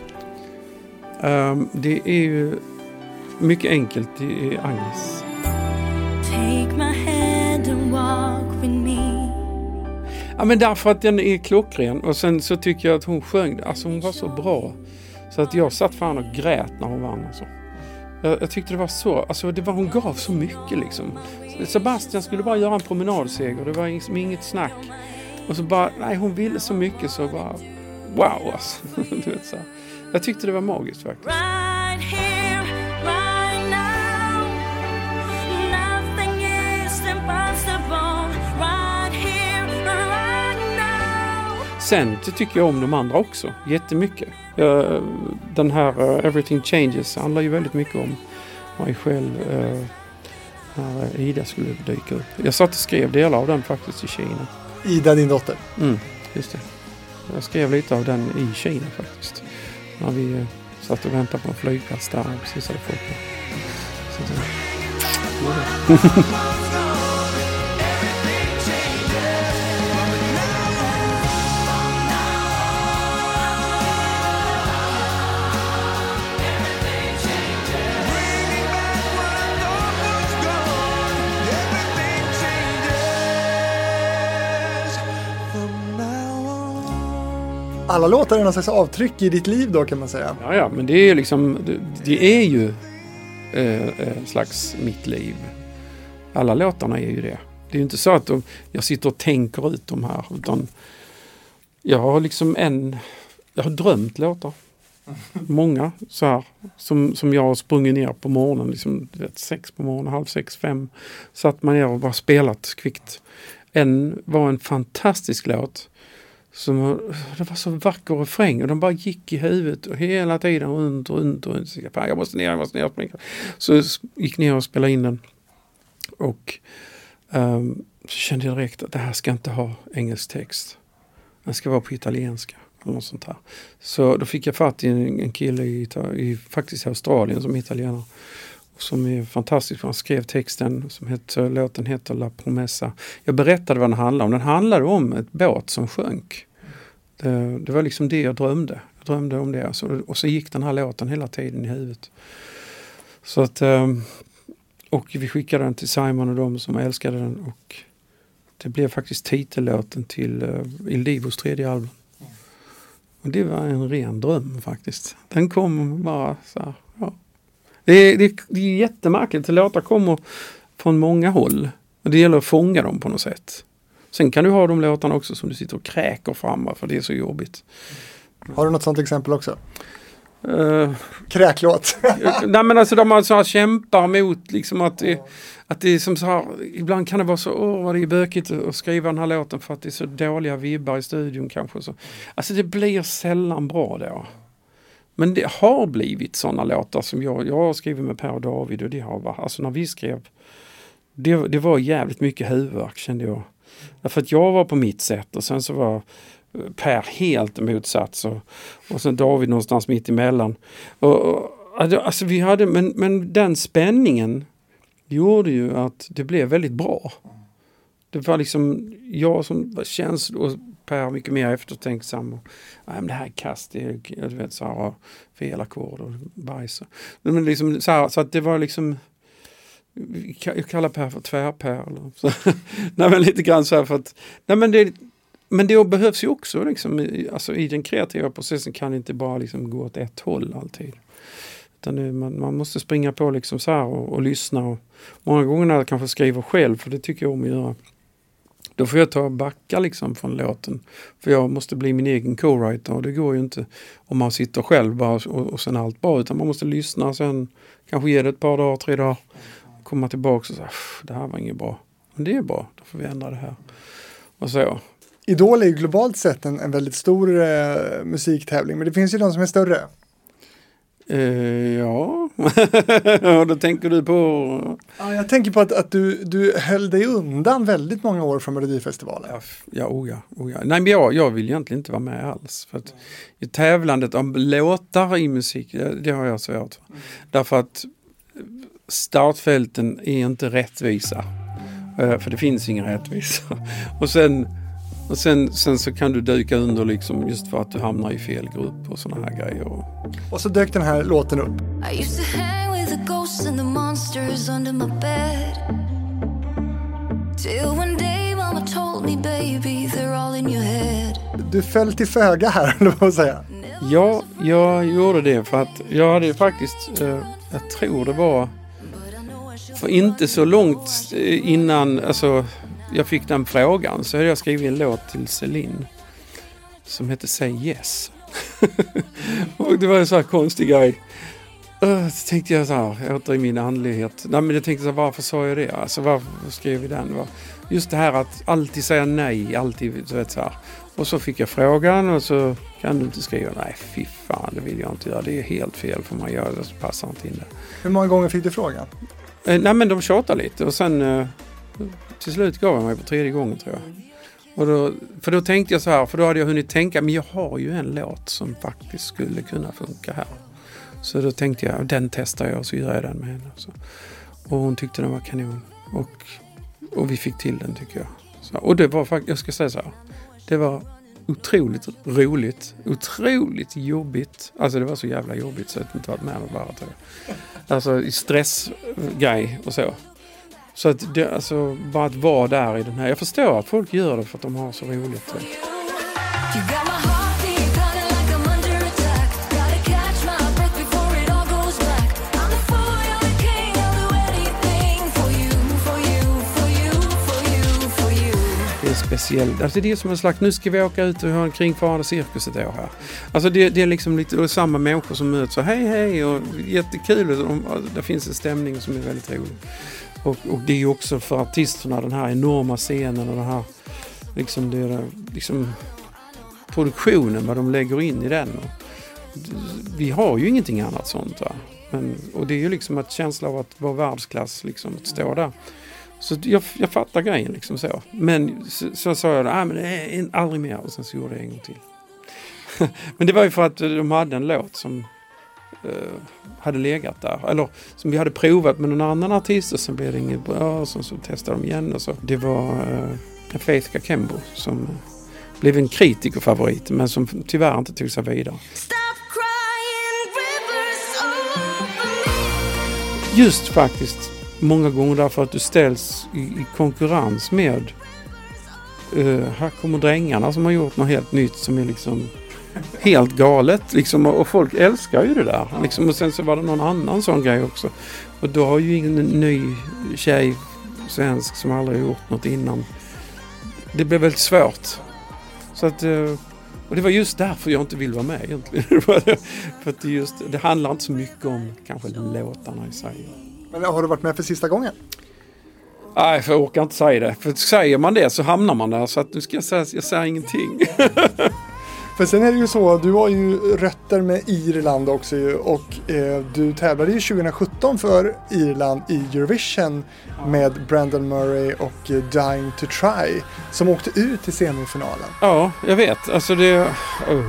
Um, det är ju mycket enkelt. Det är Agnes. Take my hand and walk with me. Ja, men därför att den är klockren. Och sen så tycker jag att hon sjöng, alltså hon var så bra. Så att jag satt fan och grät när hon vann. Alltså. Jag, jag tyckte det var så, alltså det var, hon gav så mycket liksom. Sebastian skulle bara göra en promenadseger. Det var liksom inget snack. Och så bara, nej hon ville så mycket så bara, wow alltså. Du vet, så. Jag tyckte det var magiskt faktiskt. right here, right now. Nothing is impossible, right here, right now. Sen så tycker jag om de andra också, jättemycket. Jag, den här uh, Everything Changes handlar ju väldigt mycket om mig själv. Uh, när Ida skulle dyka upp. Jag satt och skrev delar av den faktiskt i Kina. Ida, din dotter. Mm, just det. Jag skrev lite av den i Kina faktiskt. När vi uh, satt och väntade på en flygplats där och precis hade fått det. Så det, ja. Alla låtar är någon slags avtryck i ditt liv då, kan man säga. Ja, ja, men det är liksom, det, det är ju eh, en slags mitt liv. Alla låtarna är ju det. Det är ju inte så att de, jag sitter och tänker ut de här, utan jag har liksom en, jag har drömt låtar. Många så här, som, som jag har sprungit ner på morgonen, liksom, du vet, sex på morgonen, halv sex, fem. Satt man ner och bara spelat kvickt. En var en fantastisk låt. Som, det var så vacker refräng och de bara gick i huvudet och hela tiden runt och runt och runt. Så jag måste ner, jag måste ner. Så gick ner och spelade in den. Och um, så kände jag direkt att det här ska inte ha engelsk text. Den ska vara på italienska. Eller något sånt här. Så då fick jag fatt i en, en kille i, i, faktiskt i Australien som är italienare. Som är fantastisk. Han skrev texten som heter, låten heter La Promessa. Jag berättade vad den handlade om. Den handlade om ett båt som sjönk. Det, det var liksom det jag drömde. Jag drömde om det. Så, och så gick den här låten hela tiden i huvudet. Så att, och vi skickade den till Simon och de som älskade den. Och det blev faktiskt titellåten till Il Divos tredje album. Och det var en ren dröm faktiskt. Den kom bara så här, ja. Det är, det, det är jättemärkligt. Låtar kommer från många håll. Och det gäller att fånga dem på något sätt. Sen kan du ha de låtarna också som du sitter och kräker fram, för det är så jobbigt. Har du något sånt exempel också? Uh, Kräklåt. Nej, men alltså de alltså kämpar mot liksom att det, att det är som så här, ibland kan det vara så, åh vad det är bökigt att skriva den här låten för att det är så dåliga vibbar i studion kanske. Så. Alltså det blir sällan bra då. Men det har blivit sådana låtar som jag, jag har skrivit med Per och David, och det har varit, alltså när vi skrev, det, det var jävligt mycket huvudvärk kände jag. Därför att jag var på mitt sätt och sen så var Per helt motsats och, och sen David någonstans mitt emellan. Och, och, alltså vi hade, men, men den spänningen gjorde ju att det blev väldigt bra. Det var liksom jag som var känslig och Per mycket mer eftertänksam. Och, nej, men det här är kast, det är, jag vet, så här, fel ackord och bajs. Men liksom, så, här, så att det var liksom, jag kallar Per för tvärper. Så, nej, men lite grann så här för att, nej, men det, men det behövs ju också liksom, alltså i den kreativa processen kan det inte bara liksom gå åt ett håll alltid. Utan det, man, man måste springa på liksom så här och, och lyssna. Och många gånger när jag kanske skriver själv, för det tycker jag om att göra, då får jag ta och backa liksom från låten. För jag måste bli min egen co-writer, och det går ju inte om man sitter själv bara och, och sen allt bra, utan man måste lyssna och sen kanske ge det ett par dagar, tre dagar, komma tillbaka och säga, det här var inget bra. Men det är bra, då får vi ändra det här. Och så. Idol är ju globalt sett en, en väldigt stor eh, musiktävling, men det finns ju de som är större. Uh, ja, då tänker du på... Ja, jag tänker på att, att du, du höll dig undan väldigt många år från Melodifestivalen. Ja, ja, oh ja, oh ja. Nej, men jag, jag vill egentligen inte vara med alls. För att i tävlandet om låtar i musik, det, det har jag svårt för. Mm. Därför att startfälten är inte rättvisa. Uh, för det finns ingen rättvisa. Och sen... Och sen, sen så kan du dyka under liksom just för att du hamnar i fel grupp och såna här grejer. Och, och så dök den här låten upp. I used to hang with the ghosts and the monsters under my bed. Till one day mama told me baby they're all in your head. Du föll till föga här, eller vad säga. Ja, jag gjorde det för att jag hade faktiskt, eh, jag tror det var för inte så långt innan, alltså jag fick den frågan, så hade jag skrivit en låt till Celine som heter Say Yes. Och det var en sån här konstig grej. Uh, så tänkte jag så här, jag åter i min andlighet. Nej, men jag tänkte så här, varför sa jag det? Alltså varför skrev vi den? Just det här att alltid säga nej, alltid så vet så här. Och så fick jag frågan och så kan du inte skriva. Nej, fy fan, det vill jag inte göra. Det är helt fel för man gör det, så passar inte in det. Hur många gånger fick du frågan? Uh, nej, men de tjatade lite och sen uh, till slut gav jag mig på tredje gången tror jag. Och då, för då tänkte jag så här, för då hade jag hunnit tänka, men jag har ju en låt som faktiskt skulle kunna funka här. Så då tänkte jag, den testar jag och så gör jag den med henne. Så. Och hon tyckte den var kanon. Och, och vi fick till den tycker jag. Så, och det var faktiskt, jag ska säga så här, det var otroligt roligt, otroligt jobbigt. Alltså det var så jävla jobbigt så att jag inte varit med och bara tror jag. Alltså stressgrej och så. Så att det, alltså bara att vara där i den här, jag förstår att folk gör det för att de har så roligt. Så. Speciellt. Alltså det är som en slags, nu ska vi åka ut och ha en kringfarande cirkus ett år här. Alltså det, det är liksom lite samma människor som möts så hej hej och jättekul och det finns en stämning som är väldigt rolig. Och, och det är ju också för artisterna den här enorma scenen och den här liksom, det är, liksom produktionen, vad de lägger in i den. Och vi har ju ingenting annat sånt va. Men, och det är ju liksom ett känsla av att vara världsklass liksom, att stå där. Så jag, jag fattar grejen liksom så. Men så, så sa jag, ah, men det är aldrig mer. Och sen så gjorde jag en gång till. Men det var ju för att de hade en låt som uh, hade legat där. Eller som vi hade provat med någon annan artist. Och sen blev det inget bra. Och sen så testade de igen. Och så. Det var uh, Faith Kembo som uh, blev en kritikerfavorit. Men som tyvärr inte tog sig vidare. Just faktiskt. Många gånger därför att du ställs i, i konkurrens med uh, här kommer drängarna som har gjort något helt nytt som är liksom helt galet liksom, och, och folk älskar ju det där liksom, och sen så var det någon annan sån grej också och då har ju ingen ny tjej svensk som aldrig har gjort något innan, det blev väldigt svårt så att uh, och det var just därför jag inte vill vara med egentligen för att det, just, det handlar inte så mycket om kanske låtarna i sig. Men har du varit med för sista gången? Nej, för jag orkar inte säga det. För säger man det så hamnar man där. Så att nu ska jag säga, jag säger ingenting. För sen är det ju så, du har ju rötter med Irland också ju, och eh, du tävlade ju tjugo sjutton för Irland i Eurovision med Brandon Murray och eh, Dying to Try som åkte ut till semifinalen. Ja, jag vet. Alltså det... Oh.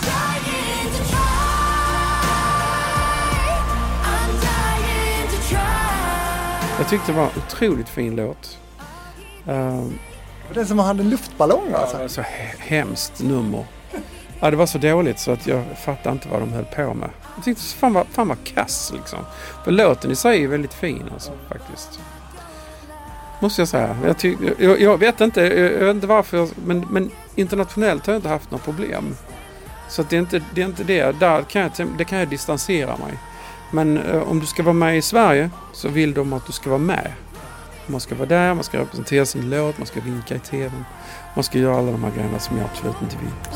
Jag tyckte det var en otroligt fin låt. Uh, Den som hade en luftballong alltså. Ja, det var så he- hemskt nummer. Ja, det var så dåligt så att jag fattade inte vad de höll på med. Jag tyckte fan vad, fan vad kass liksom. För låten i sig är väldigt fin alltså faktiskt. Måste jag säga. Jag, ty- jag, jag vet inte, jag, jag vet inte varför, men, men internationellt har jag inte haft några problem. Så att det är inte det. Är inte det. Där kan jag, det kan jag distansera mig. Men eh, om du ska vara med i Sverige så vill de att du ska vara med. Man ska vara där, man ska representera sin låt, man ska vinka i tvn. Man ska göra alla de här grejerna som jag absolut inte vill.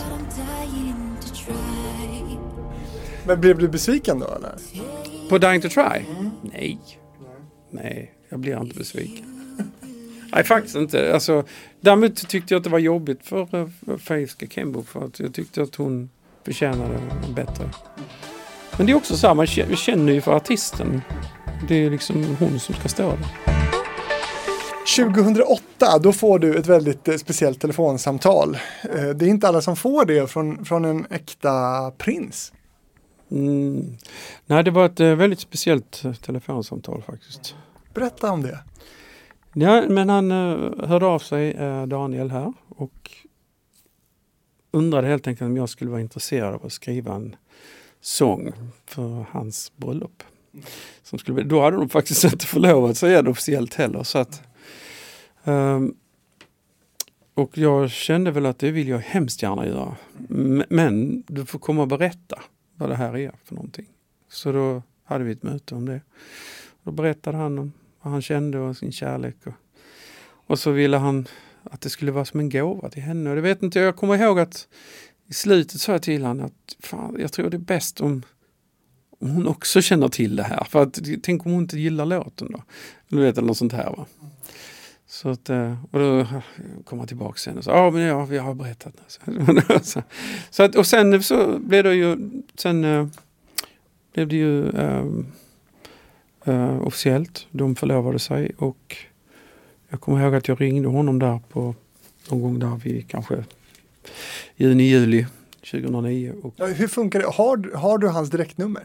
Men blev du besviken då eller? På Dying to Try? Mm. Nej. Nej, jag blir inte besviken. Nej, faktiskt inte. Alltså, däremot tyckte jag att det var jobbigt för, för Faith Kembo för att jag tyckte att hon förtjänade bättre. Men det är också samma, jag känner ju för artisten. Det är liksom hon som ska stå där. tjugohundraåtta, då får du ett väldigt speciellt telefonsamtal. Det är inte alla som får det från, från en äkta prins. Mm. Nej, det var ett väldigt speciellt telefonsamtal faktiskt. Berätta om det. Ja, men han uh, hörde av sig, uh, Daniel här, och undrade helt enkelt om jag skulle vara intresserad av att skriva en sång för hans bröllop. Som skulle, då hade de faktiskt inte förlovat sig än officiellt heller. Så att, um, och jag kände väl att det vill jag hemskt gärna göra. M- men du får komma och berätta vad det här är för någonting. Så då hade vi ett möte om det. Då berättade han om vad han kände och sin kärlek. Och, och så ville han att det skulle vara som en gåva till henne. Och det vet inte, jag kommer ihåg att i slutet sa jag till honom att fan, jag tror det är bäst om, om hon också känner till det här. För att, tänk om hon inte gillar låten då. Eller vet, eller något sånt här va. Så att, och då kommer jag tillbaka sen och sa, ja men ja, vi har berättat det. så, så att, och sen så blev det ju, sen uh, blev det ju uh, uh, officiellt. De förlovade sig och jag kommer ihåg att jag ringde honom där på någon gång där vi kanske juni, juli tjugohundranio. Och ja, hur funkar det? Har, har du hans direktnummer?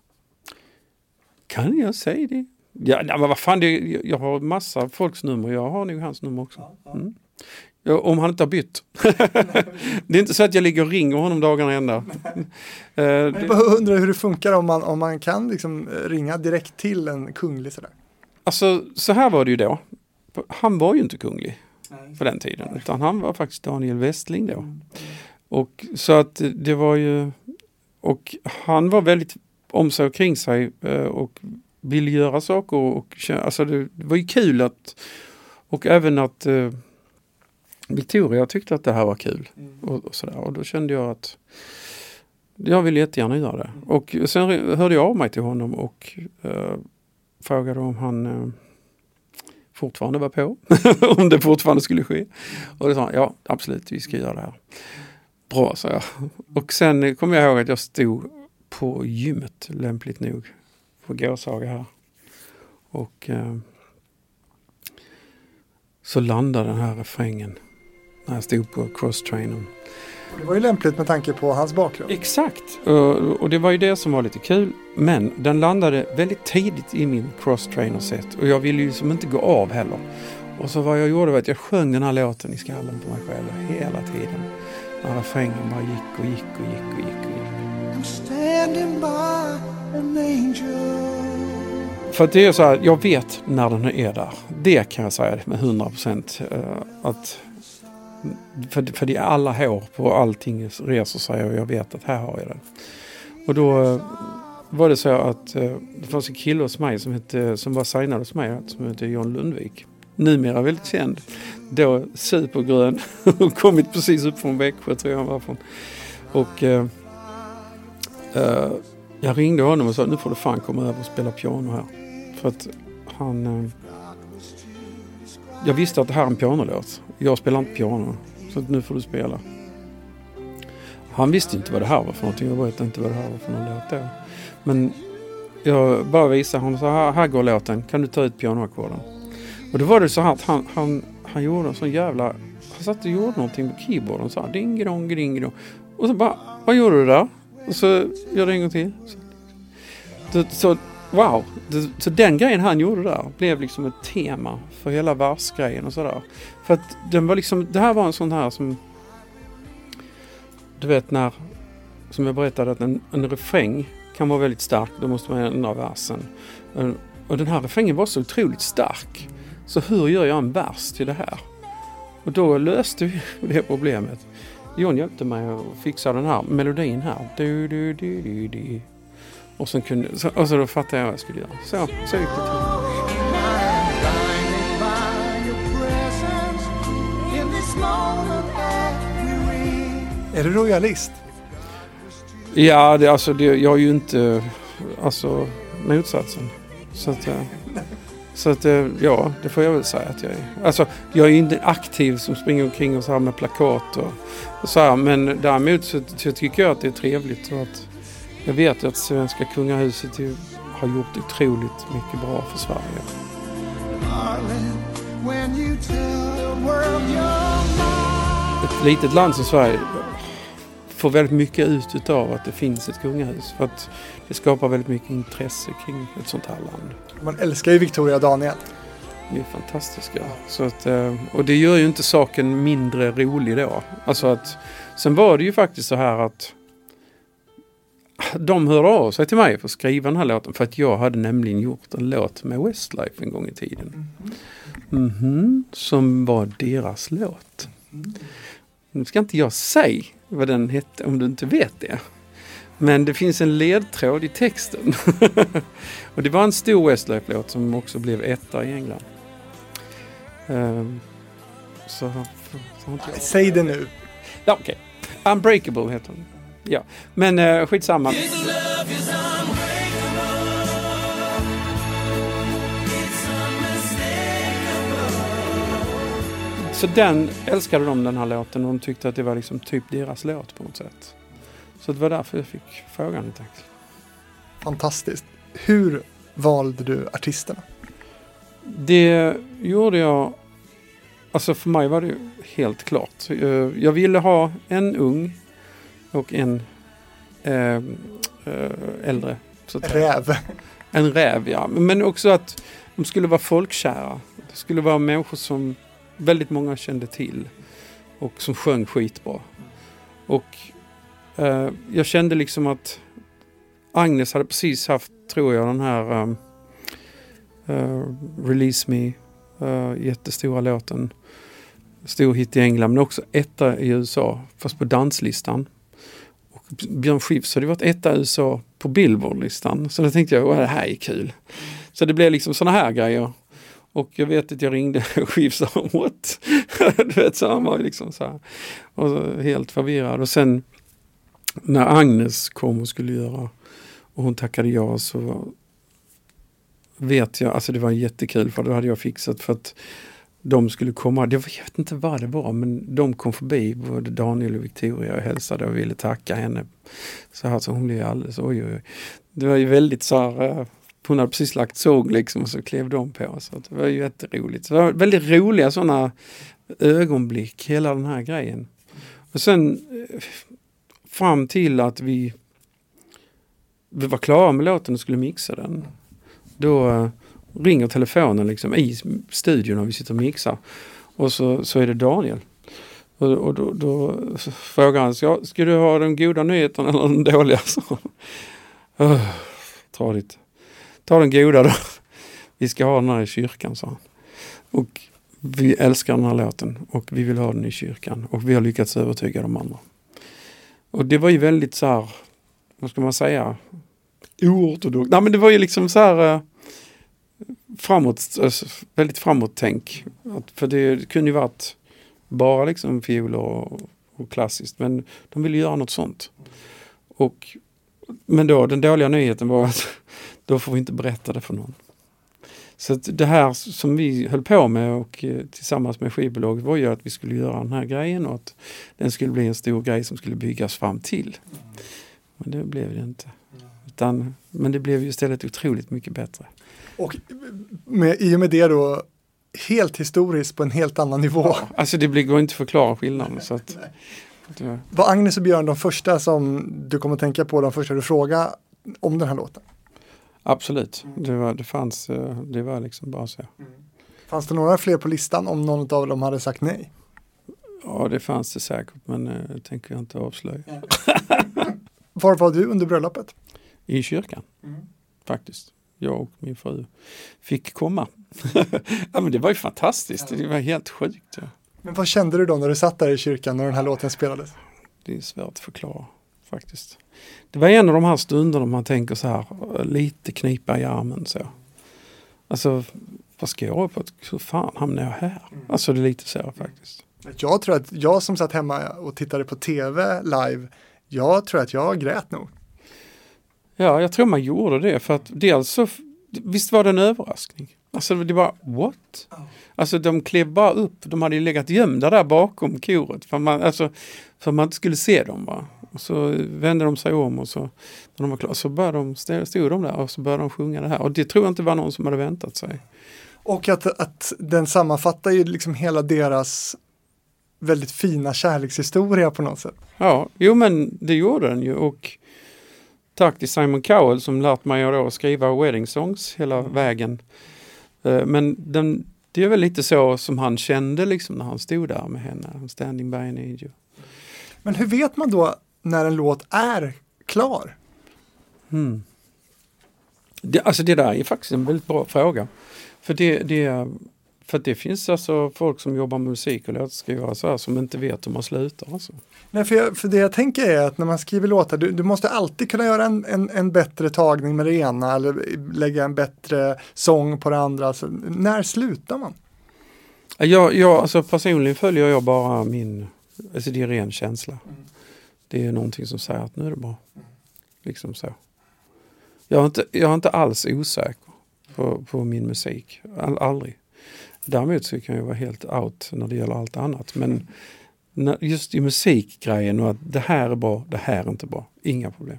Kan jag säga det? Ja, men vad fan, det, jag har massa folks nummer. Jag har nog hans nummer också. Mm. Ja, om han inte har bytt. Det är inte så att jag ligger och ringer honom dagarna ända. Jag uh, bara undrar hur det funkar om man, om man kan liksom ringa direkt till en kunglig sådär. Alltså, så här var det ju då. Han var ju inte kunglig på den tiden. Utan han var faktiskt Daniel Westling då. Och så att det var ju... Och han var väldigt om sig och kring sig och ville göra saker. Och, alltså det, det var ju kul att... Och även att eh, Victoria tyckte att det här var kul. Mm. Och, och sådär. Och då kände jag att jag ville jättegärna göra det. Mm. Och sen hörde jag av mig till honom och eh, frågade om han eh, fortfarande var på. om det fortfarande skulle ske. Och det sa han, ja absolut, vi ska göra det här. Bra, sa jag. Och sen kom jag ihåg att jag stod på gymmet, lämpligt nog, på Gåsaga här. Och eh, så landade den här refrängen när jag stod på crosstrainern. Det var ju lämpligt med tanke på hans bakgrund. Exakt, och, och det var ju det som var lite kul. Men den landade väldigt tidigt i min crosstrainer-set. Och jag ville ju som inte gå av heller. Och så vad jag gjorde var att jag sjöng den här låten i skallen på mig själv hela tiden. När refrängen bara gick och gick och gick och gick och gick. I'm standing by an angel. För att det är så här, jag vet när den är där. Det kan jag säga med hundra procent. Att för, för det är alla hår på allting reser sig och jag vet att här har jag den. Och då var det så att det fanns en kille hos mig som, hette, som var signad hos mig som hette John Lundvik. Numera väldigt känd. Då supergrön och kommit precis upp från Växjö tror jag han var från. Och eh, eh, jag ringde honom och sa nu får du fan komma över och spela piano här. För att han... Eh, jag visste att det här är en pianolåt. Jag spelar inte piano. Så att nu får du spela. Han visste inte vad det här var för någonting. Jag vet inte vad det här var för någon låt då. Men jag bara visade honom så här, här går låten. Kan du ta ut pianoackorden? Och då var det så här att han, han, han gjorde en sån jävla... Han satt och gjorde någonting på keyboarden. Så här, ding, dong, ding, dong. Och så bara, vad gjorde du där? Och så gör det en gång till. Så, så wow. Det, så den grejen han gjorde där blev liksom ett tema för hela versgrejen och sådär. För att den var liksom... Det här var en sån här som... Du vet när... Som jag berättade att en, en refräng kan vara väldigt stark. Då måste man ändra versen. Och den här refrängen var så otroligt stark. Så hur gör jag en vers till det här? Och då löste vi det problemet. John hjälpte mig att fixa den här melodin här. Du, du, du, du, du. Och, sen kunde, så, och så då fattade jag vad jag skulle göra. Så, så gick det till. Är du royalist? Ja, det, alltså, det, jag är ju inte alltså, motsatsen. Så att... Så att, ja, det får jag väl säga att jag är. Alltså, jag är inte aktiv som springer omkring och så här med plakat och, och så här. Men däremot så, så tycker jag att det är trevligt. Och att jag vet att svenska kungahuset ju, har gjort otroligt mycket bra för Sverige. Ett litet land som Sverige får väldigt mycket ut utav att det finns ett kungahus. För att det skapar väldigt mycket intresse kring ett sånt här land. Man älskar ju Victoria och Daniel. Det är fantastiska. Så att, och det gör ju inte saken mindre rolig då. Alltså att, sen var det ju faktiskt så här att de hörde av sig till mig för att skriva den här låten. För att jag hade nämligen gjort en låt med Westlife en gång i tiden. Mm-hmm. Mm-hmm, som var deras låt. Mm-hmm. Nu ska inte jag säga vad den hette om du inte vet det. Men det finns en ledtråd i texten. Och det var en stor Westlife-låt som också blev etta i England. Um, så, så inte jag... Säg det nu. Ja, okej. Okay. Unbreakable heter den. Ja, men uh, skitsamma. så den älskade de, den här låten, och de tyckte att det var liksom typ deras låt på något sätt. Så det var därför jag fick frågan helt enkelt. Fantastiskt. Hur valde du artisterna? Det gjorde jag, alltså för mig var det helt klart. Jag ville ha en ung och en äh, äldre. Så att Räv. En räv, ja. Men också att de skulle vara folkkära. Det skulle vara människor som väldigt många kände till och som sjöng skitbra. Och eh, jag kände liksom att Agnes hade precis haft, tror jag, den här um, uh, Release Me, uh, jättestora låten. Stor hit i England, men också etta i U S A, fast på danslistan. Och Björn Skifs hade varit etta i U S A på Billboard-listan. Så då tänkte jag, det här är kul. Så det blev liksom såna här grejer. Och jag vet att jag ringde Skifs och sa, what? Du vet, så han var liksom så här. Och så helt förvirrad. Och sen när Agnes kom och skulle göra, och hon tackade ja, så vet jag, alltså det var jättekul, för då hade jag fixat för att de skulle komma, det var, jag vet inte vad det var, men de kom förbi, både Daniel och Victoria, och hälsade och ville tacka henne. Så här, så hon blev alldeles, oj, oj, oj. Det var ju väldigt så här, hon hade precis lagt såg liksom, och så klev de på. Så det var ju jätteroligt. Så det var väldigt roliga sådana ögonblick, hela den här grejen. Och sen fram till att vi, vi var klara med låten och skulle mixa den, då ringer telefonen liksom i studion och vi sitter och mixar. Och så, så är det Daniel. Och, och då, då frågar han, ska, ska du ha den goda nyheten eller den dåliga? Så, uh, tradigt. Ta den goda då. Vi ska ha den här i kyrkan, sa han. Och vi älskar den här låten och vi vill ha den i kyrkan. Och vi har lyckats övertyga de andra. Och det var ju väldigt så här, vad ska man säga, oortodoxt. Nej, men det var ju liksom så här framåt, alltså, väldigt framåt-tänk. Att, för det kunde ju varit bara liksom fioler och, och klassiskt, men de ville göra något sånt. Och, men då, den dåliga nyheten var att då får vi inte berätta det för någon. Så att det här som vi höll på med och eh, tillsammans med skivbolaget var ju att vi skulle göra den här grejen och att den skulle bli en stor grej som skulle byggas fram till. Men det blev det inte. Utan, men det blev ju istället otroligt mycket bättre. Och med, i och med det då helt historiskt på en helt annan nivå. Ja, alltså det går inte att förklara skillnaden. Så att, det... Var Agnes och Björn de första som du kommer att tänka på, de första du frågar om den här låten? Absolut. Mm. Det, var, det fanns, det var liksom bara så. Mm. Fanns det några fler på listan om någon av dem hade sagt nej? Ja, det fanns det säkert, men det tänker jag inte avslöja. Mm. Var var du under bröllopet? I kyrkan, mm. faktiskt. Jag och min fru fick komma. Ja, men det var ju fantastiskt. Det var helt sjukt. Ja. Men vad kände du då när du satt där i kyrkan när den här låten spelades? Det är svårt att förklara, faktiskt. Det var en av de här stunderna man tänker så här, lite knipa i armen så. Alltså, vad ska jag göra på? Hur fan hamnar jag här? Mm. Alltså det är lite så faktiskt. Jag tror att jag som satt hemma och tittade på tv live, jag tror att jag grät nog. Ja, jag tror man gjorde det för att dels så, visst var det en överraskning. Alltså det var, what? Oh. Alltså de klev bara upp, de hade ju legat gömda där bakom koret för man, alltså, för man inte skulle se dem va. Och så vände de sig om och så, när de var klara, så började de, stod de där och så började de sjunga det här. Och det tror jag inte var någon som hade väntat sig. Och att, att den sammanfattar ju liksom hela deras väldigt fina kärlekshistoria på något sätt. Ja, jo men det gjorde den ju och tack till Simon Cowell som lärt mig att skriva wedding songs hela mm. vägen. Men den, det är väl lite så som han kände liksom när han stod där med henne. Standing by an angel. Men hur vet man då när en låt är klar? Mm. Det, alltså det där är faktiskt en väldigt bra fråga. För det, det, för det finns alltså folk som jobbar med musik och låtskrivare så här som inte vet hur man slutar. Alltså. Nej, för, jag, för det jag tänker är att när man skriver låtar, du, du måste alltid kunna göra en, en, en bättre tagning med det ena eller lägga en bättre sång på det andra. Alltså, när slutar man? Jag, jag, alltså personligen följer jag bara min, alltså det är ren känsla. Mm. Det är någonting som säger att nu är det bra. Mm. Liksom så. Jag är inte, jag är inte alls osäker på, på min musik. All, aldrig. Däremot så kan jag vara helt out när det gäller allt annat. Men när, just i musikgrejen och att det här är bra, det här är inte bra. Inga problem.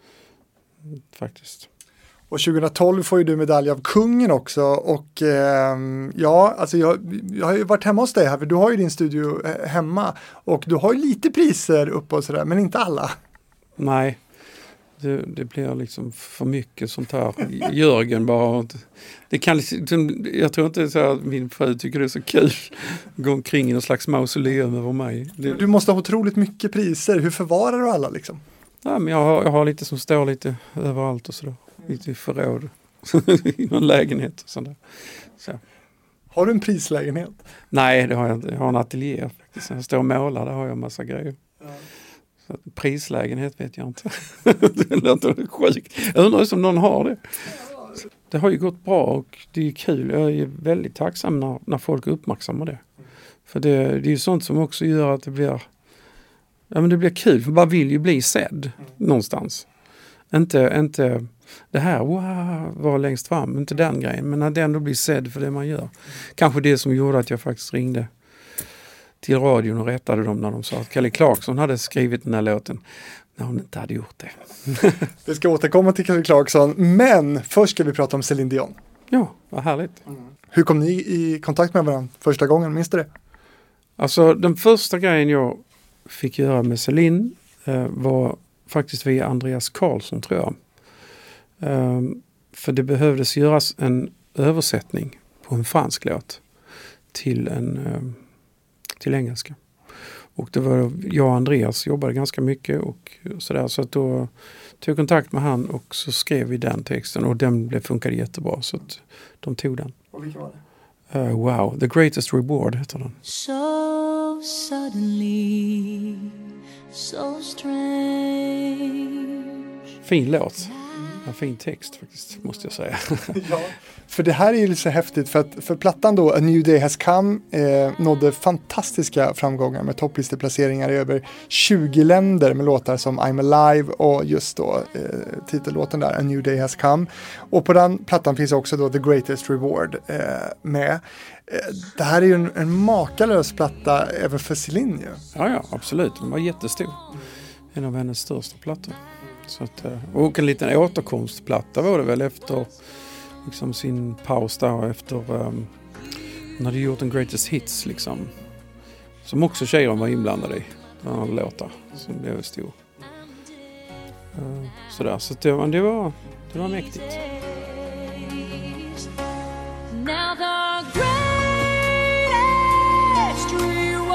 Faktiskt. Och tjugohundratolv får ju du medalj av kungen också och eh, ja, alltså jag, jag har ju varit hemma hos dig här för du har ju din studio eh, hemma och du har ju lite priser uppe och sådär men inte alla. Nej, det, det blir liksom för mycket sånt här. Jörgen bara, det kan liksom, jag tror inte så att min fru tycker det är så kul att gå omkring i någon slags mausoleum över mig. Det, du måste ha otroligt mycket priser, hur förvarar du alla liksom? Ja, men jag har, jag har lite som står lite överallt och sådär. Lite i förråd. I någon lägenhet och sådär. Så. Har du en prislägenhet? Nej, det har jag inte. Jag har en ateljé faktiskt. Jag står och målar, där har jag en massa grejer. Ja. Så att, prislägenhet vet jag inte. Det låter sjukt. Jag undrar om någon har det. Det har ju gått bra och det är kul. Jag är väldigt tacksam när, när folk uppmärksammar det. För det, det är ju sånt som också gör att det blir ja, men det blir kul. För man vill ju bli sedd mm. någonstans. Inte, inte det här wow, var längst fram, inte den grejen. Men att det ändå blir sedd för det man gör. Mm. Kanske det som gjorde att jag faktiskt ringde till radion och rättade dem när de sa att Kelly Clarkson hade skrivit den här låten. När hon inte hade gjort det. Vi ska återkomma till Kelly Clarkson. Men först ska vi prata om Céline Dion. Ja, vad härligt. Mm. Hur kom ni i kontakt med varandra första gången? Minns du det? Alltså den första grejen jag fick göra med Céline eh, var faktiskt via Andreas Karlsson tror jag. Um, för det behövdes göras en översättning på en fransk låt till, en, um, till engelska. Och det var jag och Andreas jobbade ganska mycket och sådär. Så att då tog jag kontakt med han och så skrev vi den texten och den blev, funkade jättebra så att de tog den. Och vilken var det? Uh, wow, The Greatest Reward heter den. So suddenly, so strange. Fin låt. En fin text faktiskt, måste jag säga. Ja, för det här är ju så häftigt för att för plattan då, A New Day Has Come, eh, nådde fantastiska framgångar med topplisteplaceringar i över tjugo länder med låtar som I'm Alive och just då eh, titellåten där, A New Day Has Come. Och på den plattan finns också då The Greatest Reward eh, med. Eh, det här är ju en, en makalös platta även för Céline ju. Ja, ja, absolut. Den var jättestor. En av hennes största plattor. Så att, och en liten återkomstplatta var det väl efter liksom sin paus där efter um, hon hade gjort en Greatest Hits liksom. Som också tjejer var inblandade i. Den hade låtar som blev stor. Uh, sådär, så det var, det var, det var mäktigt. Now the greatest reward.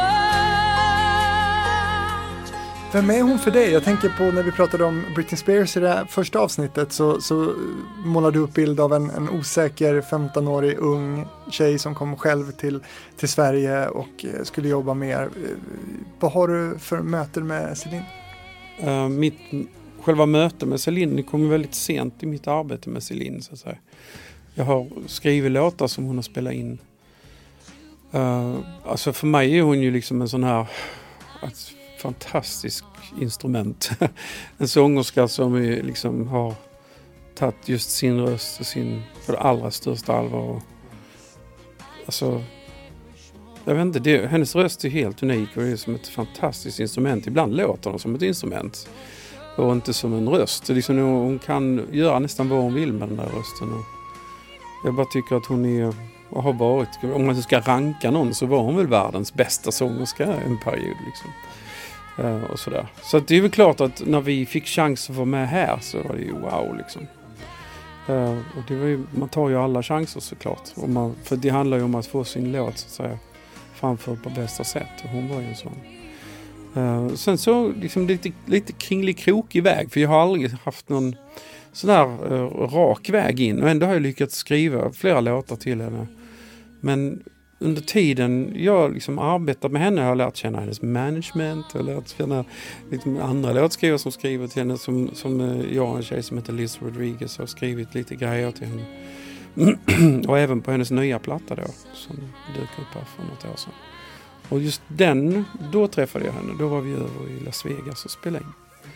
Vem är hon för dig? Jag tänker på när vi pratade om Britney Spears i det här första avsnittet så, så målade du upp bild av en, en osäker femtonårig ung tjej som kom själv till, till Sverige och skulle jobba mer. Vad har du för möten med Céline? Uh, mitt, själva mötet med Céline kom väldigt sent i mitt arbete med Céline så att säga. Jag har skrivit låtar som hon har spelat in. Uh, alltså för mig är hon ju liksom en sån här ett fantastisk instrument. En sångerska som är, liksom har tagit just sin röst och sin för det allra största allvar. Och, alltså, jag vet inte, det, hennes röst är helt unik och det är som ett fantastiskt instrument. Ibland låter hon som ett instrument och inte som en röst. Liksom, hon kan göra nästan vad hon vill med den där rösten. Och jag bara tycker att hon är och har varit, om man ska ranka någon så var hon väl världens bästa sångerska en period liksom. Uh, och sådär. Så att det är väl klart att när vi fick chans att vara med här så var det ju wow liksom. Uh, och det var ju, man tar ju alla chanser såklart. Och man, för det handlar ju om att få sin låt så att säga framför på bästa sätt. Och hon var ju en sån. Uh, sen så liksom lite, lite kringlig krokig väg. För jag har aldrig haft någon sån här uh, rak väg in. Och ändå har jag lyckats skriva flera låtar till henne. Men under tiden jag liksom arbetat med henne har jag lärt känna hennes management. Jag har lärt känna liksom andra låtskrivare som skriver till henne. Som, som jag och en tjej som heter Liz Rodriguez har skrivit lite grejer till henne. Och även på hennes nya platta då. Som dök upp här för något år sedan. Och just den, då träffade jag henne. Då var vi över i Las Vegas och spelade in.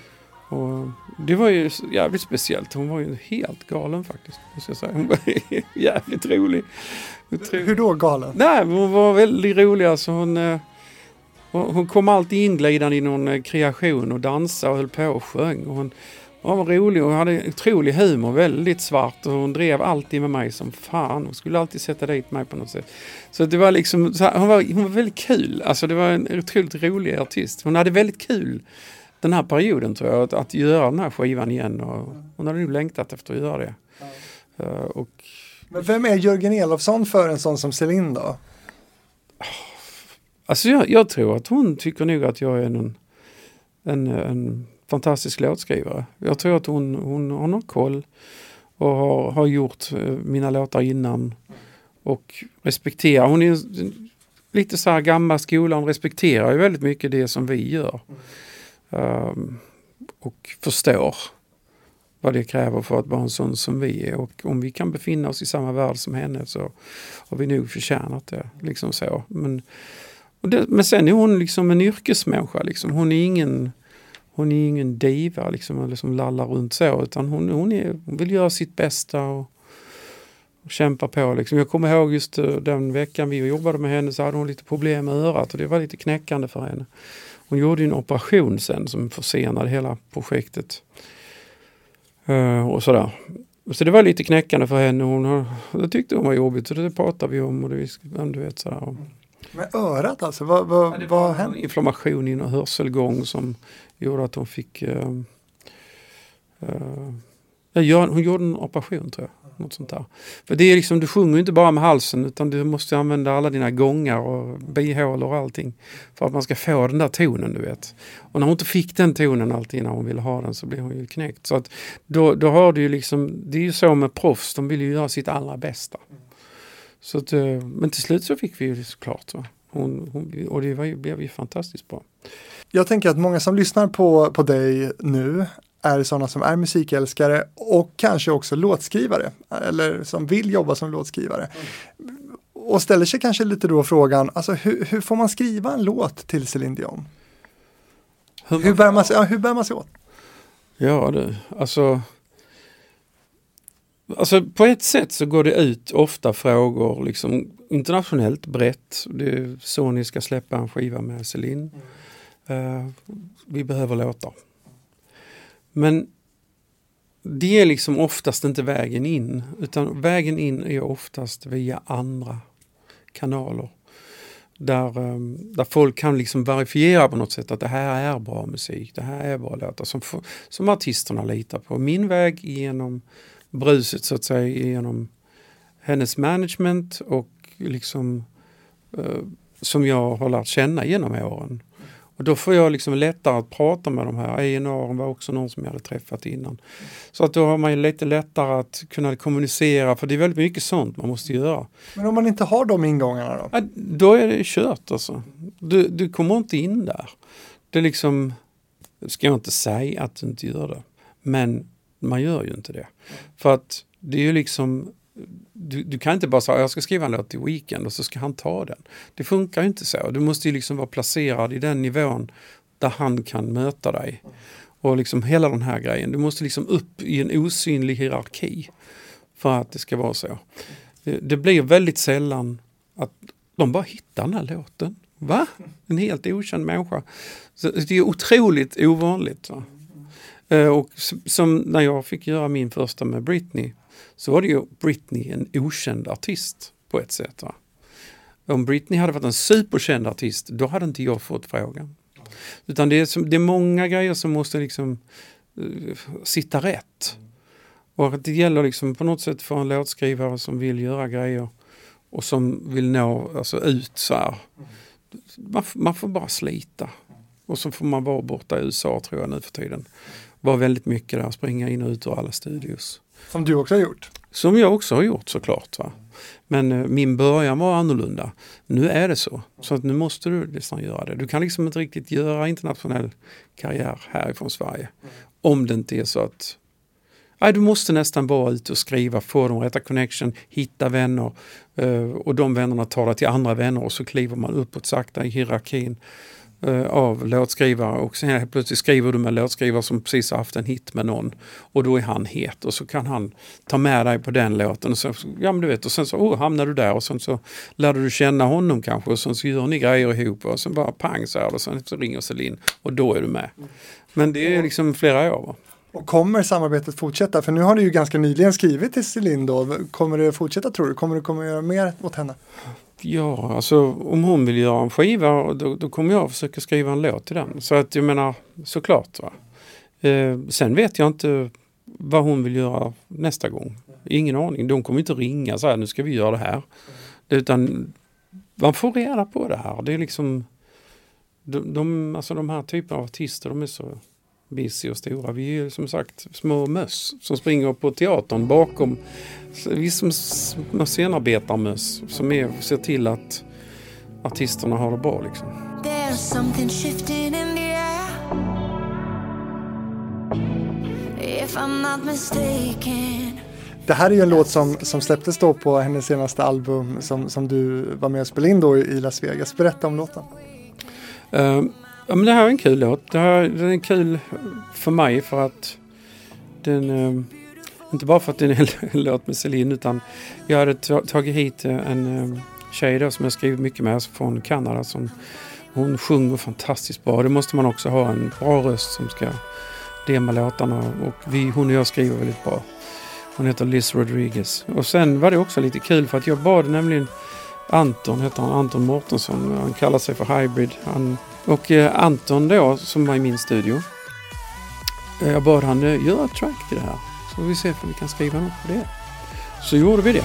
Och det var ju jävligt speciellt. Hon var ju helt galen faktiskt, måste jag säga. Hon var jävligt rolig. Hur då galen? Nej, hon var väldigt rolig. Alltså hon, eh, hon kom alltid inglidande i någon eh, kreation och dansade och höll på och sjöng. Och hon, hon var rolig och hade otrolig humor, väldigt svart. Och hon drev alltid med mig som fan. Hon skulle alltid sätta dit mig på något sätt. Så det var liksom, så här, hon, var, hon var väldigt kul. Alltså det var en otroligt rolig artist. Hon hade väldigt kul den här perioden, tror jag, att, att göra den här skivan igen. Och hon hade nog längtat efter att göra det. Uh, och, Men vem är Jörgen Elofsson för en sån som Celine då? Alltså jag, jag tror att hon tycker nog att jag är en, en, en fantastisk låtskrivare. Jag tror att hon, hon, hon har koll och har, har gjort mina låtar innan och respekterar. Hon är lite så här gammal skola, hon respekterar ju väldigt mycket det som vi gör. Um, och förstår vad det kräver för att vara en sån som vi är. Och om vi kan befinna oss i samma värld som henne så har vi nog förtjänat det. Liksom så. Men, och det, men sen är hon liksom en yrkesmänniska. Liksom. Hon är ingen, hon är ingen diva liksom, eller som lallar runt så. Utan hon, hon, är, hon vill göra sitt bästa och, och kämpa på. Liksom. Jag kommer ihåg just den veckan vi jobbade med henne så hade hon lite problem med örat. Och det var lite knäckande för henne. Hon gjorde en operation sen som försenade hela projektet. Uh, och sådär. Så det var lite knäckande för henne. Hon har, det tyckte hon var jobbigt. Så det pratade vi om. Och det, du vet, sådär. Med örat alltså? Vad, vad, ja, vad hände? En inflammation i en hörselgång som gjorde att hon fick... Uh, uh, ja, hon gjorde en operation, tror jag. Något sånt där. För det är liksom, du sjunger inte bara med halsen utan du måste använda alla dina gångar och bihålor och allting för att man ska få den där tonen, du vet. Och när hon inte fick den tonen alltid när hon ville ha den så blev hon ju knäckt. Så att då, då har du ju liksom, det är ju så med proffs, de vill ju göra sitt allra bästa. Så att, men till slut så fick vi ju det såklart. Så. Hon, hon, och det var ju, blev ju fantastiskt bra. Jag tänker att många som lyssnar på, på dig nu är sådana som är musikälskare och kanske också låtskrivare eller som vill jobba som låtskrivare. Mm. Och ställer sig kanske lite då frågan, alltså hur, hur får man skriva en låt till Celine Dion? Hur, hur, bär man sig, ja, hur bär man sig åt? Ja, det, alltså, alltså på ett sätt så går det ut ofta frågor liksom internationellt brett. Det, Sony ska släppa en skiva med Celine. Mm. Uh, vi behöver låtar. Men det är liksom oftast inte vägen in, utan vägen in är oftast via andra kanaler. Där, där folk kan liksom verifiera på något sätt att det här är bra musik, det här är bra låtar som, som artisterna litar på. Min väg genom bruset så att säga, genom hennes management och liksom eh, som jag har lärt känna genom åren. Och då får jag liksom lättare att prata med de här. A and R var också någon som jag hade träffat innan. Så att då har man ju lite lättare att kunna kommunicera. För det är väldigt mycket sånt man måste göra. Men om man inte har de ingångarna då? Ja, då är det kört alltså. Du, du kommer inte in där. Det är liksom, ska jag inte säga att du inte gör det. Men man gör ju inte det. För att det är ju liksom... Du, du kan inte bara säga jag ska skriva en låt till Weekend och så ska han ta den. Det funkar ju inte så. Du måste ju liksom vara placerad i den nivån där han kan möta dig. Och liksom hela den här grejen. Du måste liksom upp i en osynlig hierarki för att det ska vara så. Det, det blir väldigt sällan att de bara hittar den här låten. Va? En helt okänd människa. Så det är otroligt ovanligt. Va? Och som när jag fick göra min första med Britney så var det ju Britney en okänd artist på ett sätt. Va? Om Britney hade varit en superkänd artist, då hade inte jag fått frågan. Utan det är, som, det är många grejer som måste liksom uh, sitta rätt. Och det gäller liksom på något sätt för en låtskrivare som vill göra grejer och som vill nå alltså, ut så här. Man, man får bara slita. Och så får man vara borta i U S A tror jag nu för tiden. Var väldigt mycket där, springa in och ut ur alla studios. Som du också har gjort? Som jag också har gjort såklart. Va? Men uh, min början var annorlunda. Nu är det så. Så att nu måste du nästan göra det. Du kan liksom inte riktigt göra internationell karriär härifrån Sverige. Mm. Om det inte är så att nej, du måste nästan vara ute och skriva, få de rätta connection, hitta vänner uh, och de vännerna tar det till andra vänner och så kliver man uppåt sakta i hierarkin uh, av låtskrivare och sen helt plötsligt skriver du med låtskrivare som precis har haft en hit med någon och då är han het och så kan han ta med dig på den låten och så, ja men du vet, och sen så oh, hamnar du där och sen så lärde du känna honom kanske och sen så gör ni grejer ihop och sen bara pang så här och sen så ringer Celine och då är du med. Men det är liksom flera år. Och kommer samarbetet fortsätta? För nu har du ju ganska nyligen skrivit till Celine då. Kommer det fortsätta tror du? Kommer du kommer göra mer åt henne? Ja, alltså om hon vill göra en skiva då, då kommer jag försöka skriva en låt till den. Så att jag menar, såklart va. Eh, sen vet jag inte vad hon vill göra nästa gång. Ingen aning. De kommer inte ringa så här, nu ska vi göra det här. Utan man får reda på det här. Det är liksom de, de, alltså de här typerna av artister, de är så busy och stora. Vi är som sagt små möss som springer på teatern bakom. Vi är som små scenarbetarmöss som är, ser till att artisterna har det bra liksom. There's something shifting in the air. If I'm not mistaken. Det här är ju en låt som, som släpptes då på hennes senaste album som, som du var med och spelade in då i Las Vegas. Berätta om låten. Uh, ja, men det här är en kul låt. Det här, den är kul för mig för att den, uh, inte bara för att det är en, en låt med Celine utan jag hade t- tagit hit en uh, tjej då som jag skrivit mycket med från Kanada som hon sjunger fantastiskt bra. Det måste man också ha en bra röst som ska dema låtarna och vi, hon och jag skriver väldigt bra. Hon heter Liz Rodriguez. Och sen var det också lite kul för att jag bad nämligen Anton, heter han, Anton Mårtensson. Han kallar sig för Hybrid. Han, och eh, Anton då, som var i min studio. Eh, jag bad han eh, göra ett track till det här. Så vi ser om vi kan skriva något på det. Så gjorde vi det.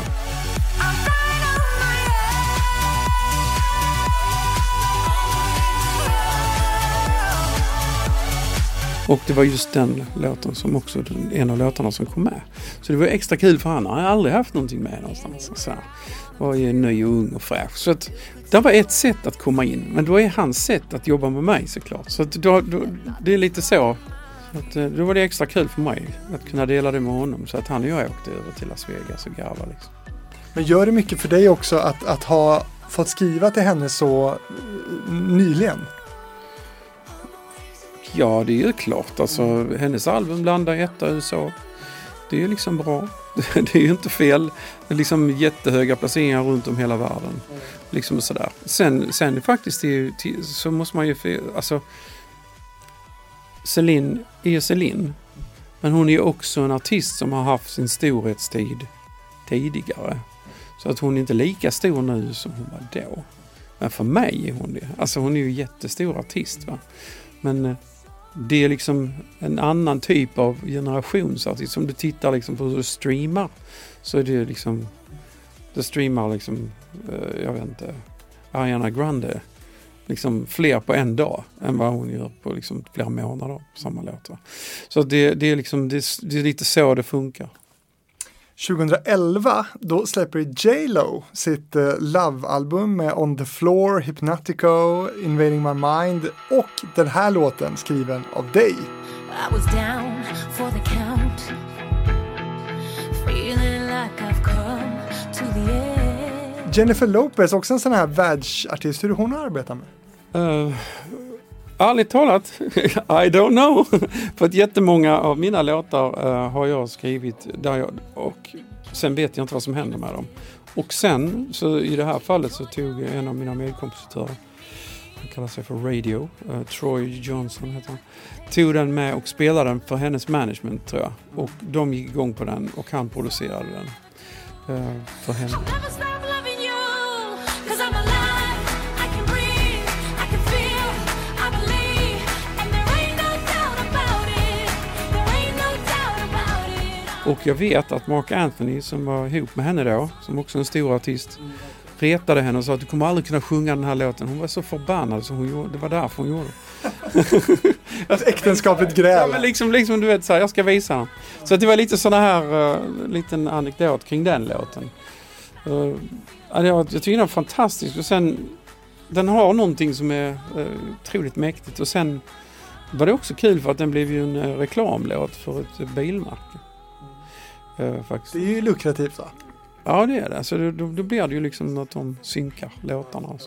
Och det var just den låten som också, en av låtarna som kom med. Så det var extra kul för han. Han har aldrig haft någonting med någonstans. Så här. Var ju ny och ung och fräsch. Så att det var ett sätt att komma in. Men då är hans sätt att jobba med mig såklart. Så att då, då, det är lite så. så att, då var det extra kul för mig att kunna dela det med honom. Så att han och jag åkte över till Las Vegas och garvade liksom. Men gör det mycket för dig också att, att ha fått skriva till henne så nyligen? Ja, det är ju klart. Alltså, hennes album landar i etta i U S A. Det är ju liksom bra. Det är ju inte fel. Det är liksom jättehöga placeringar runt om hela världen. Liksom sådär. Sen, sen faktiskt det, så måste man ju... Alltså, Celine är Celine. Men hon är också en artist som har haft sin storhetstid tidigare. Så att hon är inte lika stor nu som hon var då. Men för mig är hon det. Alltså hon är ju jättestor artist va. Men det är liksom en annan typ av generationsartist. Som du tittar liksom på hur du streamar. Så är det liksom... Du streamar liksom... Jag vet inte... Ariana Grande. Liksom fler på en dag. Än vad hon gör på liksom flera månader på samma låt. Va? Så det, det, är liksom, det, det är lite så det funkar. tjugoelva då släpper J Lo sitt uh, Love-album med On the Floor, Hypnotico, Invading My Mind och den här låten skriven av dig. I was down for the count, feeling like I've come to the end. Jennifer Lopez, också en sån här världsartist, hur hon arbetar med? Uh, ärligt talat, I don't know. För att jättemånga av mina låtar uh, har jag skrivit där jag, och sen vet jag inte vad som händer med dem. Och sen, så i det här fallet så tog en av mina medkompositörer, han kallar sig för Radio, uh, Troy Johnson heter han, tog den med och spelade den för hennes management tror jag. Och de gick igång på den och han producerade den uh, för henne. Och jag vet att Mark Anthony som var ihop med henne då, som också är en stor artist, retade henne och sa att du kommer aldrig kunna sjunga den här låten. Hon var så förbannad så hon gjorde, det var därför hon gjorde det. Ett äktenskapligt gräl. Ja, men liksom, liksom du vet så här, jag ska visa den. Så att det var lite sådana här, uh, liten anekdot kring den låten. Uh, jag, jag tycker den är fantastisk och sen, den har någonting som är uh, otroligt mäktigt och sen var det också kul för att den blev ju en uh, reklamlåt för ett uh, bilmärke. Uh, faktiskt. Det är ju lukrativt va? Ja det är det, alltså, då, då blir det ju liksom att de synkar låtarna och så.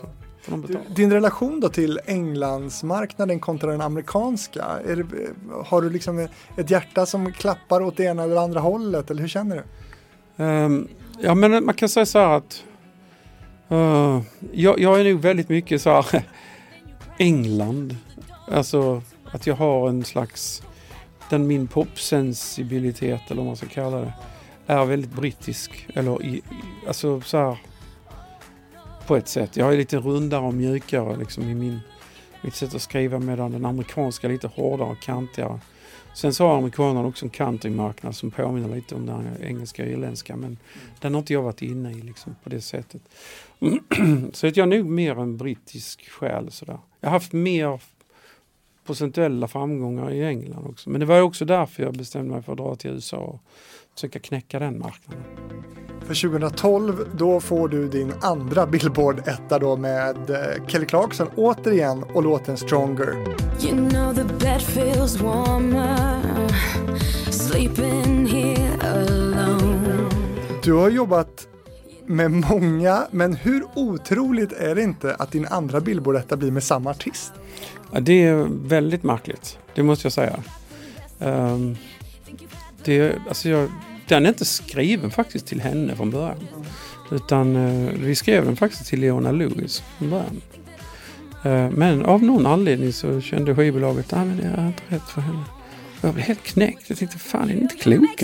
får de betala. Din relation då till Englandsmarknaden kontra den amerikanska, är det, har du liksom ett hjärta som klappar åt det ena eller andra hållet, eller hur känner du? Um, ja, men man kan säga så här att uh, jag, jag är nog väldigt mycket så här England, alltså att jag har en slags, den min popsensibilitet eller vad man ska kalla det, är väldigt brittisk, eller i, alltså så här, på ett sätt. Jag är lite rundare och mjukare liksom i min, mitt sätt att skriva, medan den amerikanska lite hårdare och kantigare. Sen så har amerikanerna också en countrymarknad som påminner lite om den engelska och irländska, men den har inte jag varit inne i liksom, på det sättet. Så att jag är nog mer en brittisk själ sådär. Jag har haft mer procentuella framgångar i England också, men det var också därför jag bestämde mig för att dra till U S A och försöka knäcka den marknaden. För tjugohundratolv då får du din andra Billboard-etta då med Kelly Clarkson återigen och låten Stronger. You know the bed feels warmer, sleeping here alone. Du har jobbat med många, men hur otroligt är det inte att din andra Billboard-etta blir med samma artist? Ja, det är väldigt märkligt, det måste jag säga. Um, det, alltså jag, den är inte skriven faktiskt till henne från början. Utan uh, vi skrev den faktiskt till Leona Lewis från början. Uh, men av någon anledning så kände skivbolaget att men jag är inte rätt för henne. Jag blev helt knäckt. Jag tänkte, fan är ni inte kloka?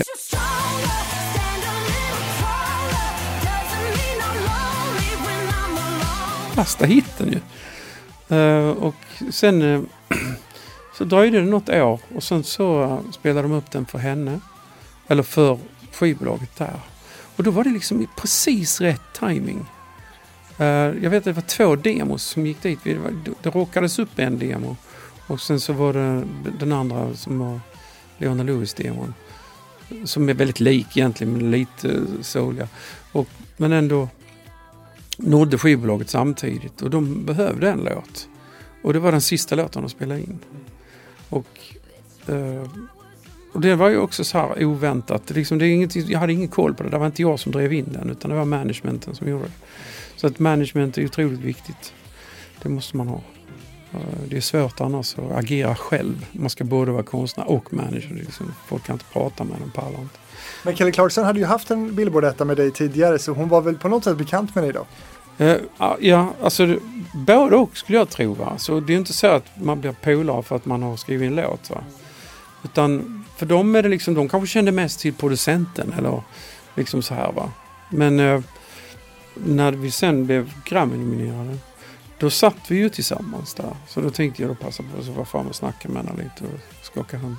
Fasta hitten ju. Uh, och sen uh, så dröjde det något år och sen så uh, spelade de upp den för henne. Eller för skivbolaget där. Och då var det liksom i precis rätt timing. Uh, jag vet att det var två demos som gick dit. Det, var, det råkades upp en demo. Och sen så var det den andra som var Leona Lewis-demon. Som är väldigt lik egentligen, men lite uh, souliga. Och, men ändå nådde skivbolaget samtidigt. Och de behövde en låt. Och det var den sista låten de spelade in. Och... Uh, Och det var ju också så här oväntat. Liksom, det är inget, jag hade ingen koll på det. Det var inte jag som drev in den, utan det var managementen som gjorde det. Så att management är otroligt viktigt. Det måste man ha. Det är svårt annars att agera själv. Man ska både vara konstnär och manager. Liksom. Folk kan inte prata med den, pallar inte. Men Kelly Clarkson hade ju haft en Billboard-etta med dig tidigare, så hon var väl på något sätt bekant med dig då? Uh, ja, alltså både och skulle jag tro. Va? Så det är inte så att man blir polare för att man har skrivit en låt. Va? Utan för dem är det liksom, de kanske kände mest till producenten eller liksom så här va. Men uh, när vi sen blev Grammy-nominerade, då satt vi ju tillsammans där. Så då tänkte jag då passa på så var fan och snacka med henne lite och skaka hand.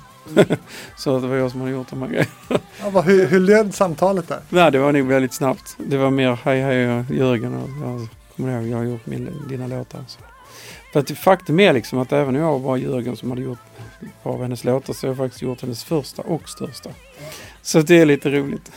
Så det var jag som hade gjort de här grejerna. Ja, vad, hur, hur löd samtalet där? Nej, det var nog väldigt snabbt. Det var mer hej hej Jörgen och jag kommer ihåg, jag har gjort min, dina låtar. Så. För att det faktum är liksom att även jag var Jörgen som hade gjort av hennes låtar, så har jag faktiskt gjort hennes första och största. Så det är lite roligt.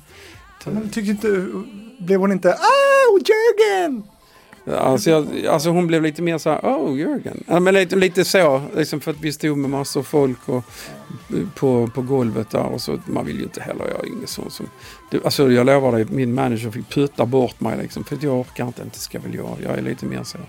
Men tyckte inte, blev hon inte åh Jörgen? Alltså, jag, alltså hon blev lite mer så här, åh Jörgen. Ja, men lite, lite så, liksom för att vi stod med massor folk och, på, på golvet där, och så man vill ju inte heller, jag är ingen sån som, det, alltså jag lovar dig, min manager fick putta bort mig liksom, för att jag orkar inte, inte ska väl jag, jag är lite mer så.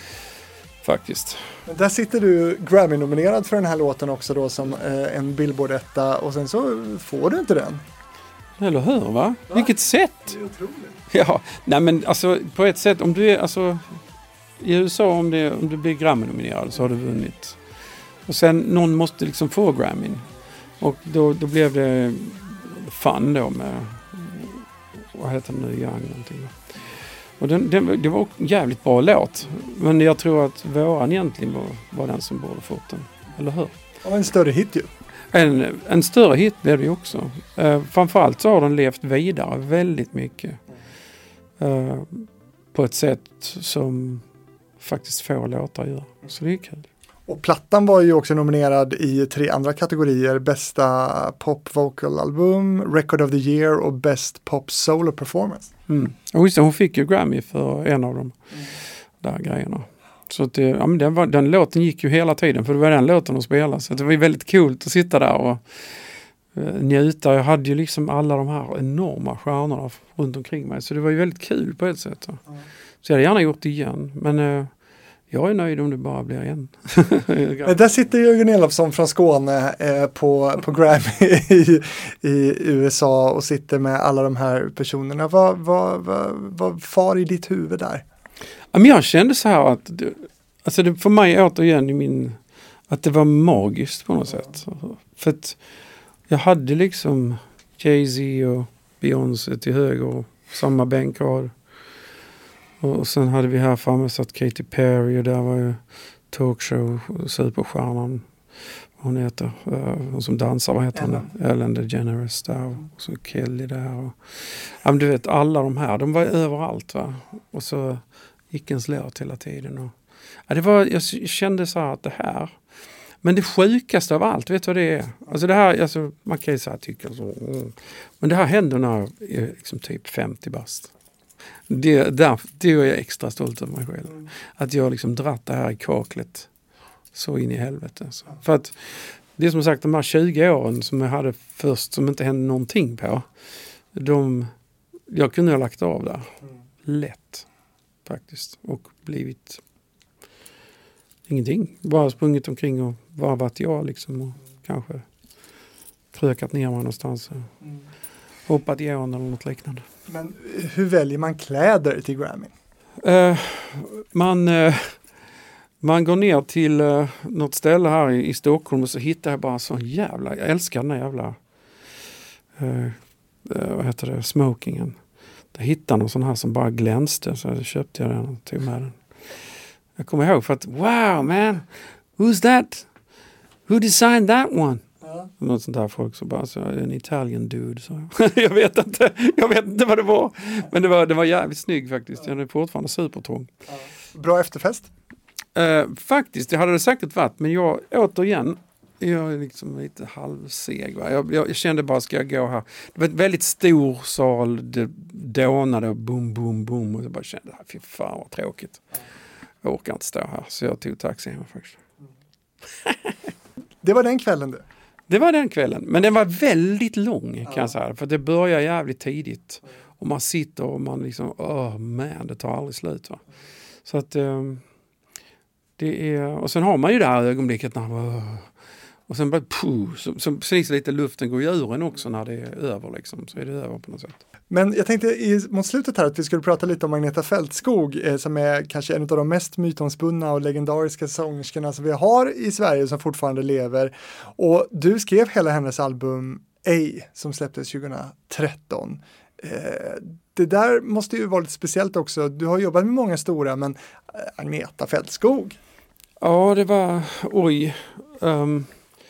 Faktiskt. Men där sitter du Grammy-nominerad för den här låten också då som eh, en Billboard-etta, och sen så får du inte den. Eller hur va? va? Vilket sätt? Det är otroligt. Ja, nej men alltså på ett sätt, om du är alltså i U S A, om, det, om du blir Grammy-nominerad så har du vunnit. Och sen någon måste liksom få Grammyn. Och då, då blev det Fun då med, vad heter den nu, Young någonting. Och den, den, det var en jävligt bra låt. Men jag tror att våran egentligen var, var den som borde fått den. Eller hur? Och en större hit ju. En, en större hit blev det ju också. Uh, framförallt så har den levt vidare väldigt mycket. Uh, på ett sätt som faktiskt få låtar gör. Så det är kul. Och plattan var ju också nominerad i tre andra kategorier. Bästa pop vocal album, Record of the Year och Best pop solo performance. Mm. Och just det, hon fick ju Grammy för en av de mm. där grejerna. Så att det, ja, men den, var, den låten gick ju hela tiden, för det var den låten att spela. Så det var ju väldigt kul att sitta där och uh, njuta. Jag hade ju liksom alla de här enorma stjärnorna runt omkring mig. Så det var ju väldigt kul på ett sätt. Så. Mm. Så jag hade gärna gjort det igen. Men eh, jag är nöjd om det bara blir en. Men där sitter Jörgen Elofsson från Skåne eh, på, på Grammy i, i U S A och sitter med alla de här personerna. Vad, vad, vad, vad far i ditt huvud där? Ja, men jag kände så här att det, alltså det, för mig återigen i min, att det var magiskt på något sätt. För att jag hade liksom Jay-Z och Beyoncé till höger och samma bänkrad. Och sen hade vi här framme satt Katy Perry och där var ju talkshow, superstjärnan, hon heter, hon som dansar, vad heter hon? Ellen DeGeneres där och så Kelly där. Och, ja, men du vet, alla de här, de var överallt va. Och så gick ens låt hela tiden. Och, ja, det var, jag kände så här att det här, men det sjukaste av allt, vet du vad det är? Alltså det här, alltså, man kan ju så här tycka så, mm. Men det här händer när jag är liksom typ femtio bast. Det, där, det är jag extra stolt över mig själv. Mm. Att jag liksom dratt det här i kaklet så in i helvete. Alltså. För att det är som sagt de här tjugo åren som jag hade först som inte hände någonting på. De, jag kunde ha lagt av där. Mm. Lätt faktiskt. Och blivit ingenting. Bara sprungit omkring och bara varit jag liksom. Och kanske krökat ner mig någonstans. Mm. Hoppat i ån eller något liknande. Men hur väljer man kläder till Grammy? Uh, man, uh, man går ner till uh, något ställe här i, i Stockholm och så hittar jag bara sån jävla, jag älskar den här jävla uh, uh, vad heter det, smokingen. Jag hittade någon sån här som bara glänste så jag köpte jag den och tog med den. Jag kommer ihåg för att wow man, who's that? Who designed that one? Något sånt där folk så bara så en Italian dude så. jag vet inte jag vet inte vad det var men det var det var jävligt snygg faktiskt. Den är fortfarande supertrång. Bra efterfest? Uh, faktiskt det hade det säkert varit men jag återigen jag är liksom lite halvseg va. Jag, jag, jag kände bara ska jag gå här. Det var ett väldigt stor sal, det dånade och boom boom boom och jag bara kände fy fan vad tråkigt. Jag orkar inte stå här så jag tog taxi hem faktiskt. Det var den kvällen du? Det var den kvällen. Men den var väldigt lång kan ja. jag säga. För det börjar jävligt tidigt. Och man sitter och man liksom, åh oh, man, det tar aldrig slut va. Så att um, det är, och sen har man ju det här ögonblicket när oh, och sen bara puh, så, så precis lite luften går i uren också när det är över liksom. Så är det över på något sätt. Men jag tänkte i, mot slutet här att vi skulle prata lite om Agneta Fältskog eh, som är kanske en av de mest mytomspunna och legendariska sångerskorna som vi har i Sverige som fortfarande lever. Och du skrev hela hennes album A som släpptes tjugohundratretton. Eh, det där måste ju vara lite speciellt också. Du har jobbat med många stora men eh, Agneta Fältskog. Ja, det var, oj, um,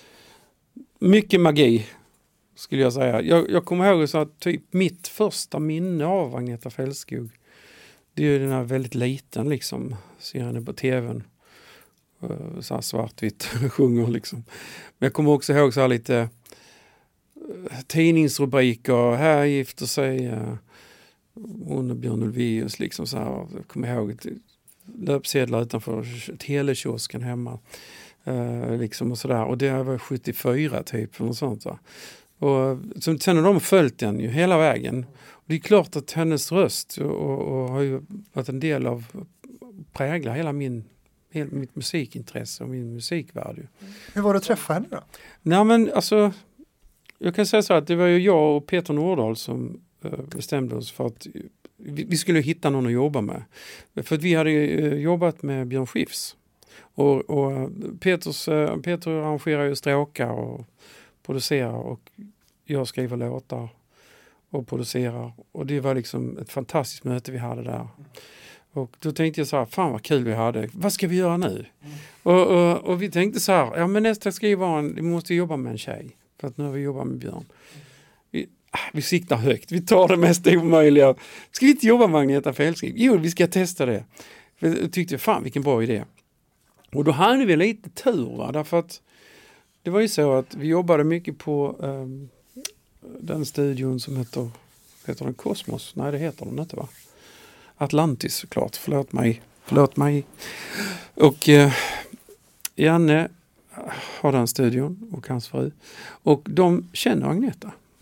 mycket magi. Skulle jag säga. Jag, jag kommer ihåg så att typ mitt första minne av Agneta Fältskog det är ju den här väldigt liten liksom. Ser henne på tvn. Uh, så här svartvitt sjunger liksom. Men jag kommer också ihåg så här lite uh, tidningsrubriker. Här gifter sig uh, hon och Björn Ulvaeus liksom så här. Jag kommer ihåg ett löpsedlar utanför telekiosken hemma. Uh, liksom och sådär. Och det var sjuttiofyra typ. Och sånt va. Och sen har de följt den ju hela vägen. Och det är klart att hennes röst och, och, och har ju varit en del av präglar hela min hela mitt musikintresse och min musikvärld. Hur var det att träffa henne då? Nej men alltså jag kan säga så att det var ju jag och Peter Nordahl som uh, bestämde oss för att vi, vi skulle hitta någon att jobba med. För att vi hade uh, jobbat med Björn Skifs. Och, och Peters, uh, Peter arrangerar ju stråkar och producerar och jag skriver låtar och producerar. Och det var liksom ett fantastiskt möte vi hade där. Och då tänkte jag så här, fan vad kul vi hade. Vad ska vi göra nu? Mm. Och, och, och vi tänkte så här, ja men nästa ska ju vara en, vi måste jobba med en tjej. För att nu har vi jobbat med Björn. Vi, vi siktar högt, vi tar det mest omöjliga. Ska vi inte jobba med Agneta Fältskog? Jo, vi ska testa det. För jag tyckte, fan vilken bra idé. Och då hade vi lite tur va, därför att det var ju så att vi jobbade mycket på um, den studion som heter, heter den Kosmos? Nej, det heter den inte va? Atlantis såklart, förlåt mig. Förlåt mig. Och uh, Janne har den studion och hans fru. Och de känner Agneta.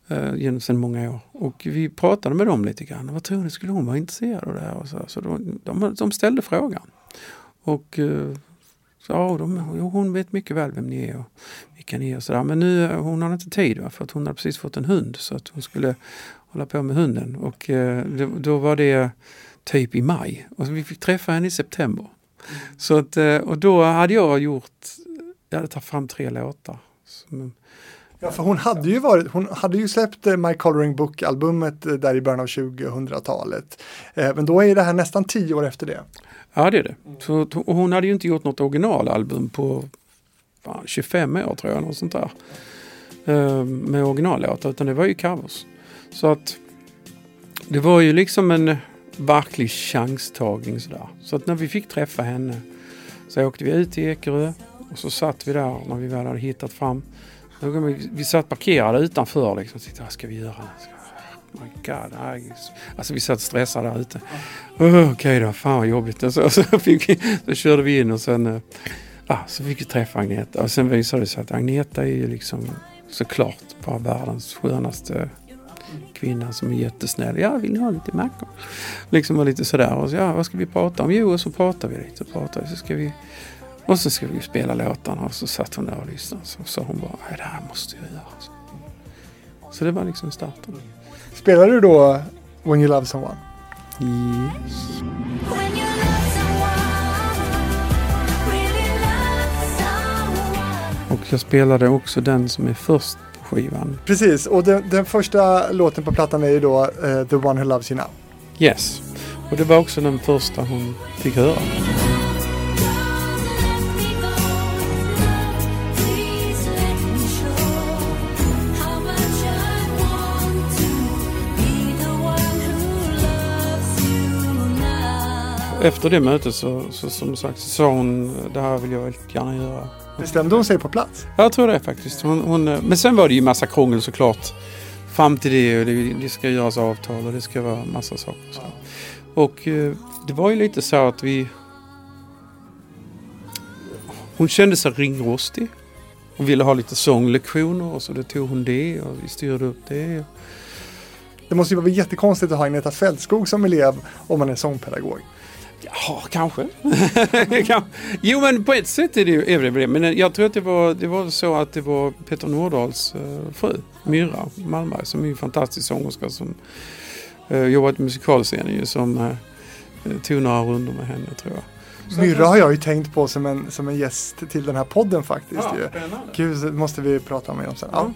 eh, genom sedan många år. Och vi pratade med dem lite grann. Vad tror ni, skulle hon vara intresserad av det här? Och så så de, de, de ställde frågan. Och eh, så, ja, de, jo, hon vet mycket väl vem ni är och vilka ni är och sådär. Men nu, hon har inte tid, va? För att hon har precis fått en hund. Så att hon skulle hålla på med hunden. Och eh, det, då var det typ i maj. Och vi fick träffa henne i september. Så att, och då hade jag gjort, jag hade tagit fram tre låtar. Som, Ja, för hon hade ju varit, hon hade ju släppt My Coloring Book-albumet där i början av tjugohundratalet. Eh, men då är det här nästan tio år efter det. Ja, det är det. Så, och hon hade ju inte gjort något originalalbum på fan, tjugofem år tror jag, något sånt där. Eh, med originallåtar, utan det var ju covers. Så att det var ju liksom en verklig chanstagning sådär. Så att när vi fick träffa henne så åkte vi ut till Ekerö och så satt vi där när vi väl hade hittat fram. Vi, vi satt parkerade utanför liksom och tänkte, vad ska vi göra? Oh my God, I... Alltså vi satt stressade där ute. Oh, Okej okay då, fan vad jobbigt. Och så, så, fick vi, så körde vi in och sen ah, så fick vi träffa Agneta. Och sen visade det sig att Agneta är ju liksom såklart bara världens skönaste kvinna som är jättesnäll. Ja, vill ni ha lite mackor? Liksom var lite sådär. Och så, ja, vad ska vi prata om? Jo, och så pratar vi lite. Och, pratar, så ska vi, och så ska vi spela låtarna. Och så satt hon där och lyssnade. Så sa hon bara, det här måste jag göra. Så, så det var liksom starten. Spelar du då When You Love Someone? Yes. When you love someone, really love someone. Och jag spelade också den som är först på skivan. Precis, och den, den första låten på plattan är ju då uh, The One Who Loves You Now. Yes. Och det var också den första hon fick höra. Efter det mötet så, så som sagt så sa hon, det här vill jag väldigt gärna göra. Bestämde hon sig på plats? Jag tror det faktiskt. Hon, hon, men sen var det ju massa krångel såklart. Fram till det, och det, det ska göras avtal och det ska vara massa saker. Så. Och eh, det var ju lite så att vi... Hon kände sig ringrostig. Hon ville ha lite sånglektioner och så då tog hon det och vi styrde upp det. Det måste ju vara jättekonstigt att ha Agneta Fältskog som elev om man är sångpedagog. Ja, kanske. Jo, men på ett sätt är det ju är det. Men jag tror att det var, det var så att det var Peter Nordahls uh, fru, Myra Malmberg, som är en fantastisk sångerska som uh, jobbat i musikalscenen som uh, tog några rundor med henne, tror jag. Så Myra har jag ju tänkt på som en, som en gäst till den här podden faktiskt. Ja, ju. Gud, det måste vi prata om sen. Ja.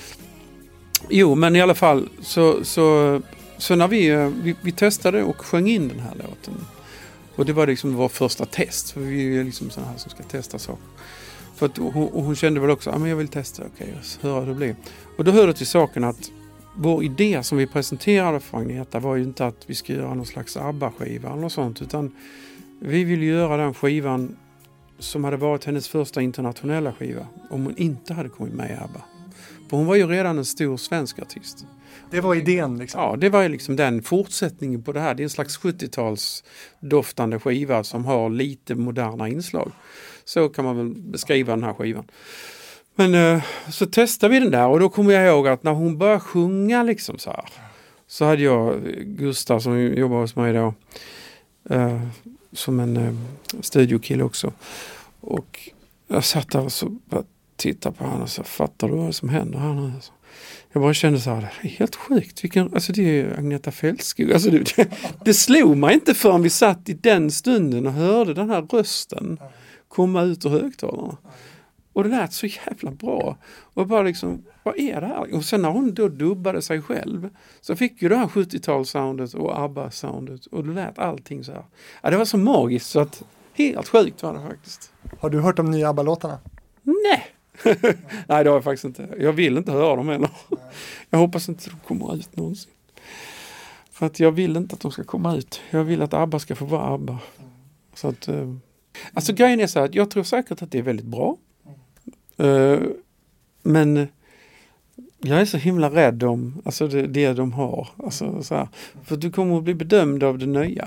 Jo, men i alla fall så, så, så när vi, vi, vi testade och sjöng in den här låten. Och det var liksom vår första test. För vi är liksom sådana här som ska testa saker. För att hon, och hon kände väl också, ja ah, men jag vill testa, okej, okay, höra hur det blir. Och då hörde till saken att vår idé som vi presenterade för Agneta var ju inte att vi ska göra någon slags ABBA-skiva eller något sånt. Utan vi ville göra den skivan som hade varit hennes första internationella skiva. Om hon inte hade kommit med i ABBA. För hon var ju redan en stor svensk artist. Det var idén liksom. Ja, det var ju liksom den fortsättningen på det här. Det är en slags sjuttio-tals doftande skiva som har lite moderna inslag. Så kan man väl beskriva den här skivan. Men uh, så testade vi den där och då kommer jag ihåg att när hon började sjunga liksom så här. Så hade jag Gustav som jobbar hos mig då. Uh, som en uh, studiokille också. Och jag satt där och så bara tittade på honom och så fattar du vad som händer här nu? Alltså. Jag bara kände så här, det är helt sjukt. Vilken, alltså det är Agneta Fältskog. Alltså det, det, det slog mig inte förrän vi satt i den stunden och hörde den här rösten komma ut ur högtalarna. Och det lät så jävla bra. Och bara liksom, vad är det här? Och sen när hon då dubbade sig själv så fick ju det här sjuttio-tals-soundet och ABBA-soundet och det lät allting så här. Ja, det var så magiskt så att helt sjukt var det faktiskt. Har du hört de nya ABBA-låtarna? Nej. Nej, det har jag faktiskt inte. Jag vill inte höra dem heller. Jag hoppas inte de kommer ut någonsin. För att jag vill inte att de ska komma ut. Jag vill att ABBA ska få vara ABBA. Så att, eh, alltså grejen är så här att jag tror säkert att det är väldigt bra. Eh, men jag är så himla rädd om alltså det, det de har. Alltså, så här. För du kommer att bli bedömd av det nya.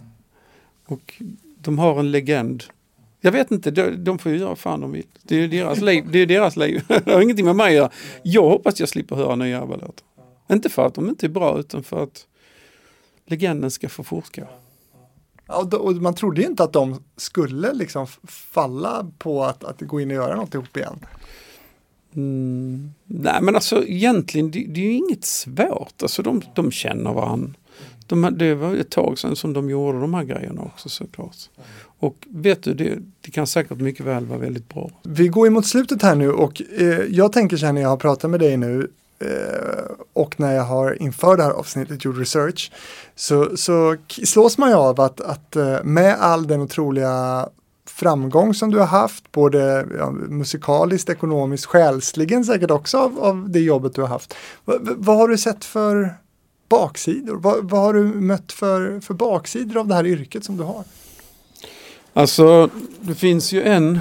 Och de har en legend. Jag vet inte, de, de får ju göra fan de vill. Det är ju deras liv. Det är deras liv. Det har ingenting med mig att göra. Jag hoppas jag slipper höra nya ABBA-låtar. Inte för att de inte är bra, utan för att legenden ska få fortgå. Ja, och, då, och man trodde ju inte att de skulle liksom falla på att, att gå in och göra något ihop igen. Mm, nej, men alltså egentligen, det, det är ju inget svårt. Alltså de, de känner varandra. De, det var ett tag sedan som de gjorde de här grejerna också, såklart. Och vet du, det, det kan säkert mycket väl vara väldigt bra. Vi går emot slutet här nu och eh, jag tänker så här när jag har pratat med dig nu eh, och när jag har inför det här avsnittet gjort research så, så slås man ju av att, att eh, med all den otroliga framgång som du har haft, både ja, musikaliskt, ekonomiskt, själsligen säkert också av, av det jobbet du har haft. V- v- vad har du sett för baksidor? Vad, vad har du mött för, för baksidor av det här yrket som du har? Alltså, det finns ju en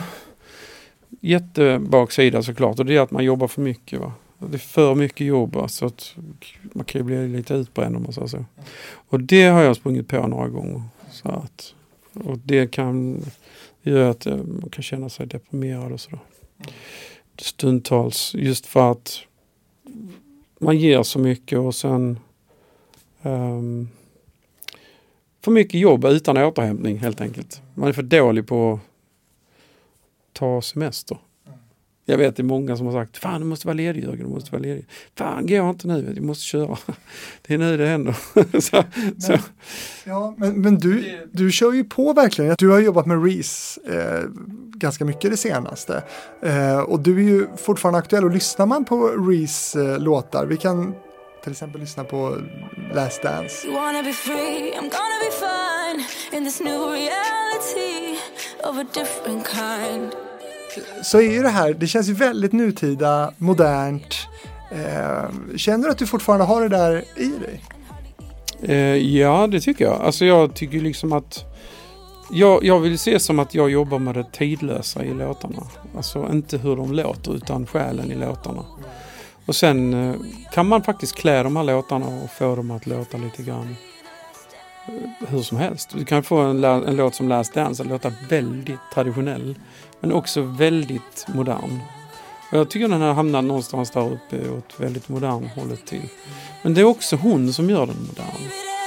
jättebaksida såklart, och det är att man jobbar för mycket, va? Det är för mycket jobb, så att man kan ju bli lite utbränd om man säger så. Och det har jag sprungit på några gånger. Så att, och det kan göra att man kan känna sig deprimerad och sådär. Stundtals, just för att man ger så mycket och sen um, för mycket jobb utan återhämtning helt enkelt. Man är för dålig på att ta semester. Jag vet det är många som har sagt, fan du måste vara ledig Jörgen, du måste vara ledig. Fan, gå inte nu, du måste köra. Det är nu det händer. så, men, så. Ja, men, men du, du kör ju på verkligen. Du har jobbat med Reese eh, ganska mycket det senaste. Eh, och du är ju fortfarande aktuell, och lyssnar man på Reese eh, låtar, vi kan till exempel lyssna på Last Dance. You wanna be free, I'm gonna be fine in this new reality of a different kind. Så är ju det här, det känns ju väldigt nutida, modernt. Eh, känner du att du fortfarande har det där i dig? Eh, ja, det tycker jag. Alltså jag tycker liksom att jag, jag vill se som att jag jobbar med det tidlösa i låtarna. Alltså inte hur de låter utan själen i låtarna. Och sen eh, kan man faktiskt klä de här låtarna och få dem att låta lite grann eh, hur som helst. Du kan få en, en låt som Last Dance att låta väldigt traditionell, men också väldigt modern. Och jag tycker den här hamnar någonstans där uppe åt väldigt modern hållet till. Men det är också hon som gör den modern.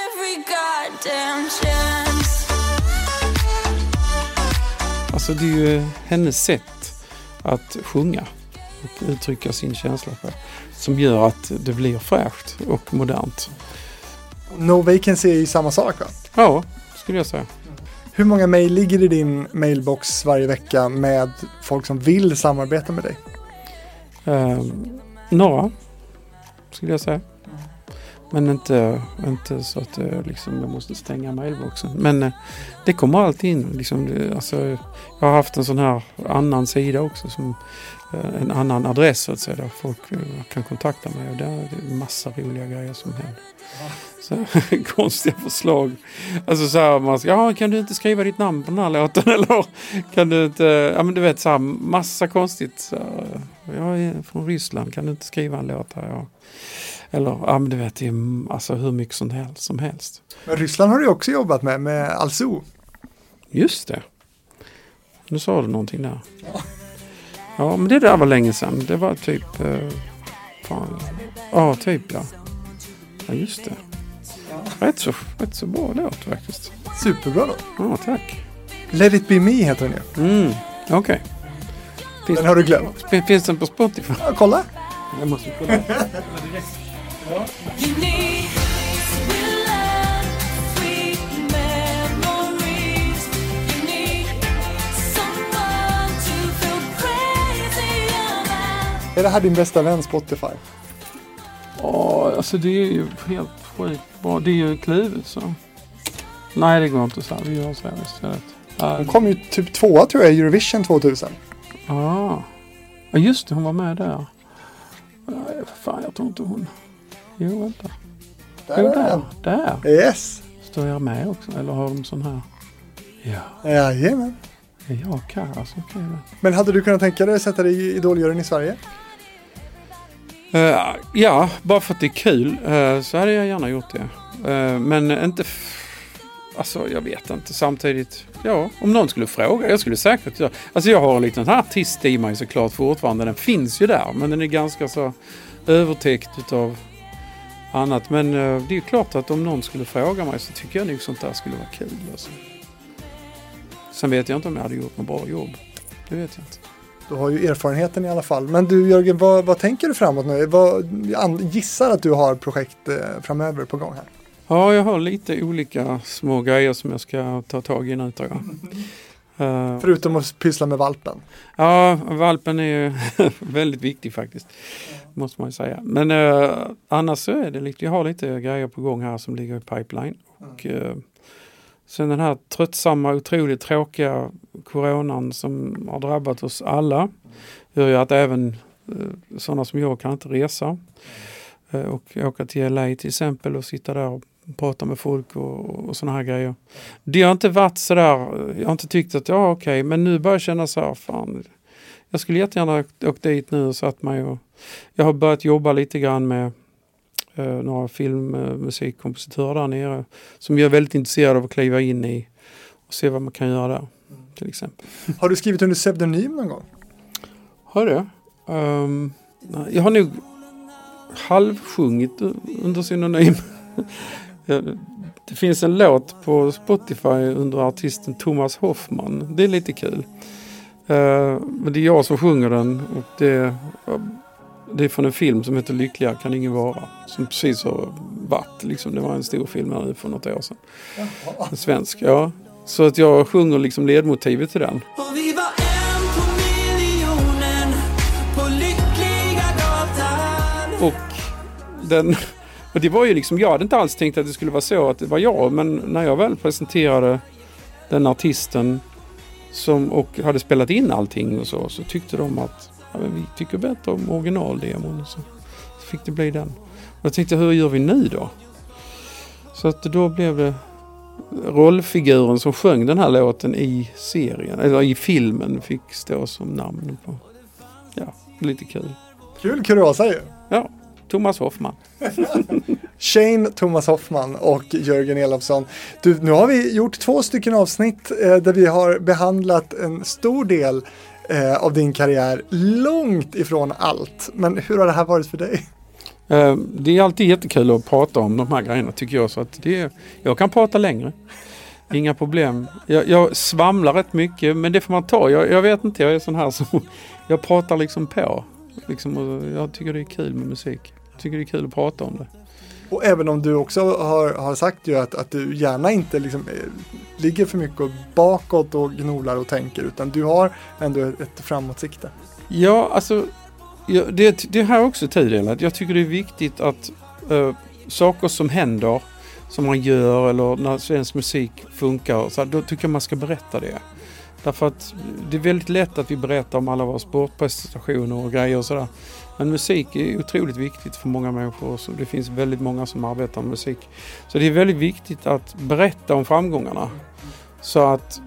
Alltså det är ju hennes sätt att sjunga och uttrycka sin känsla på, som gör att det blir fräscht och modernt. No Vacancy är ju samma sak, va? Ja, skulle jag säga. Hur många mejl ligger i din mailbox varje vecka med folk som vill samarbeta med dig? Eh, några, skulle jag säga. Men inte, inte så att eh, liksom, jag måste stänga mailboxen. Men eh, det kommer alltid in. Liksom, det, alltså, jag har haft en sån här annan sida också, som eh, en annan adress så att säga, där folk eh, kan kontakta mig. Och där är det massa roliga grejer som händer. Så, konstiga förslag. Alltså så här, man ska, ja, kan du inte skriva ditt namn på den här låten? Eller kan du inte, ja men du vet så här, massa konstigt. Så, jag är från Ryssland, kan du inte skriva en låt här? Ja. Eller, ja men du vet, det är alltså hur mycket som helst. Som helst. Men Ryssland har du också jobbat med, med Alzo. Just det. Nu sa du någonting där. Ja, ja men det där var länge sedan. Det var typ, eh, fan, ja typ ja. Ja just det. Ja. Rätt, så, rätt så bra låt faktiskt. Superbra då. Ja, tack. Let It Be Me heter den ju. Mm, okej. Okay. Den har du glömt. Finns den på Spotify? Ja, kolla. Jag måste kolla. Ja. Är det här din bästa vän Spotify? Ja, alltså det är ju helt sjukt bra. Det är ju kluvet så. Nej, det går inte så här. Vi gör så här istället. Hon kom ju typ tvåa tror jag i Eurovision tvåtusen. Ah. Ja, just det. Hon var med där. Nej, fan, jag tror inte hon. Jo, vänta. Där jo, är där. den. Där. Yes. Står jag med också? Eller har de sån här? Ja. Jajamän. Är jag Karas? Okej. Men hade du kunnat tänka dig att sätta dig i Idoljuryn i Sverige? Uh, ja, bara för att det är kul uh, så hade jag gärna gjort det. Uh, men inte... F- alltså, jag vet inte. Samtidigt, ja, om någon skulle fråga, jag skulle säkert göra... Alltså, jag har en liten artist i mig såklart fortfarande. Den finns ju där, men den är ganska så övertäckt utav annat. Men eh, det är ju klart att om någon skulle fråga mig så tycker jag nog sånt där skulle vara kul. Alltså. Sen vet jag inte om jag hade gjort något bra jobb. Det vet jag inte. Du har ju erfarenheten i alla fall. Men du Jörgen, vad, vad tänker du framåt nu? Vad, jag gissar att du har projekt eh, framöver på gång här. Ja, jag har lite olika små grejer som jag ska ta tag i nu, tror jag. Uh, Förutom att pyssla med valpen. Ja, valpen är ju väldigt viktig faktiskt. Måste man ju säga. Men uh, annars så är det lite, jag har lite grejer på gång här som ligger i pipeline. Och uh, sen den här tröttsamma, otroligt tråkiga coronan som har drabbat oss alla gör ju att även uh, sådana som jag kan inte resa. Uh, och åka till L A till exempel och sitta där och prata med folk och, och såna här grejer. Det har inte varit så där, jag har inte tyckt att ja okej, okay, men nu börjar jag känna så här, fan, jag skulle jättegärna åkt dit nu och satt mig och jag har börjat jobba lite grann med eh, några filmmusikkompositörer där nere som jag är väldigt intresserad av att kliva in i och se vad man kan göra där, till exempel. Har du skrivit under pseudonym någon gång? Har du? Um, jag har nog halvsjungit under synonym. Det finns en låt på Spotify under artisten Thomas Hoffman. Det är lite kul. Uh, men det är jag som sjunger den och det, uh, det är från en film som heter Lyckligare kan ingen vara. Som precis har varit. Liksom, det var en stor film nu för något år sedan. Jaha. En svensk, ja. Så att jag sjunger liksom ledmotivet till den. Och vi var en på miljonen på Lyckliga gatan. Och den... Och det var ju liksom, jag hade inte alls tänkt att det skulle vara så att det var jag, men när jag väl presenterade den artisten som, och hade spelat in allting och så, så tyckte de att ja, men vi tycker bättre om originaldemon och så. Så fick det bli den. Och jag tänkte, hur gör vi nu då? Så att då blev det rollfiguren som sjöng den här låten i serien, eller i filmen fick stå som namn på. Ja, lite kul. Kul kuriosa ju. Ja. Thomas Hoffman. Shane Thomas Hoffman och Jörgen Elofsson. Du, nu har vi gjort två stycken avsnitt eh, där vi har behandlat en stor del eh, av din karriär långt ifrån allt. Men hur har det här varit för dig? Eh, det är alltid jättekul att prata om de här grejerna tycker jag. Så att det, jag kan prata längre. Inga problem. Jag, jag svamlar rätt mycket men det får man ta. Jag, jag vet inte, jag är sån här som jag pratar liksom på. Liksom, och jag tycker det är kul med musik. Jag tycker det är kul att prata om det. Och även om du också har, har sagt ju att, att du gärna inte liksom, ligger för mycket bakåt och gnolar och tänker utan du har ändå ett, ett framåtsikte. Ja, alltså ja, det, det här är också tidigare. Jag tycker det är viktigt att äh, saker som händer som man gör eller när svensk musik funkar så här, då tycker jag man ska berätta det. Därför att det är väldigt lätt att vi berättar om alla våra sportprestationer och grejer och sådär. Men musik är otroligt viktigt för många människor. Så det finns väldigt många som arbetar med musik. Så det är väldigt viktigt att berätta om framgångarna. Så att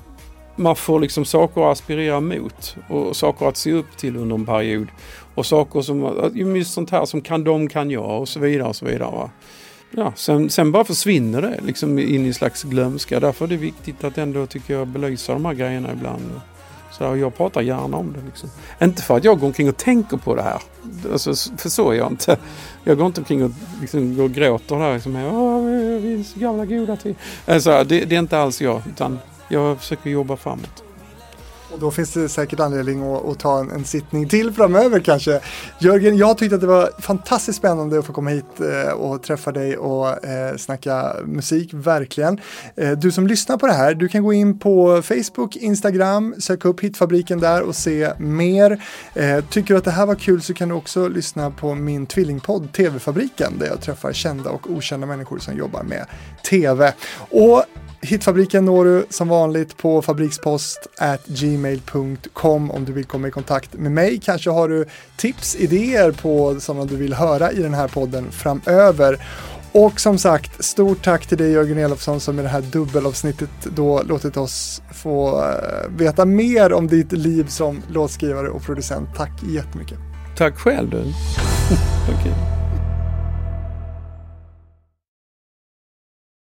man får liksom saker att aspirera mot. Och saker att se upp till under en period. Och saker som, just sånt här som kan de kan jag och så vidare och så vidare va. Ja, sen, sen bara försvinner det liksom in i slags glömska. Därför är det viktigt att ändå tycker jag belysa de här grejerna ibland. Så där, jag pratar gärna om det. Liksom. Inte för att jag går omkring och tänker på det här. Alltså, för så är jag inte. Jag går inte omkring och, liksom, går och gråter där. Liksom, Åh, vi är så gamla goda till. Alltså, det, det är inte alls jag. Utan jag försöker jobba framåt. Och då finns det säkert anledning att, att ta en, en sittning till framöver kanske. Jörgen, jag tyckte att det var fantastiskt spännande att få komma hit eh, och träffa dig och eh, snacka musik, verkligen. Eh, du som lyssnar på det här, du kan gå in på Facebook, Instagram, söka upp Hitfabriken där och se mer. Eh, tycker du att det här var kul så kan du också lyssna på min tvillingpodd T V-fabriken där jag träffar kända och okända människor som jobbar med T V. Och Hitfabriken når du som vanligt på fabrikspost at gmail punkt com om du vill komma i kontakt med mig. Kanske har du tips, idéer på sådana du vill höra i den här podden framöver. Och som sagt, stort tack till dig Jörgen Elofsson som i det här dubbelavsnit då låtit oss få veta mer om ditt liv som låtskrivare och producent. Tack jättemycket. Tack själv du. Okej.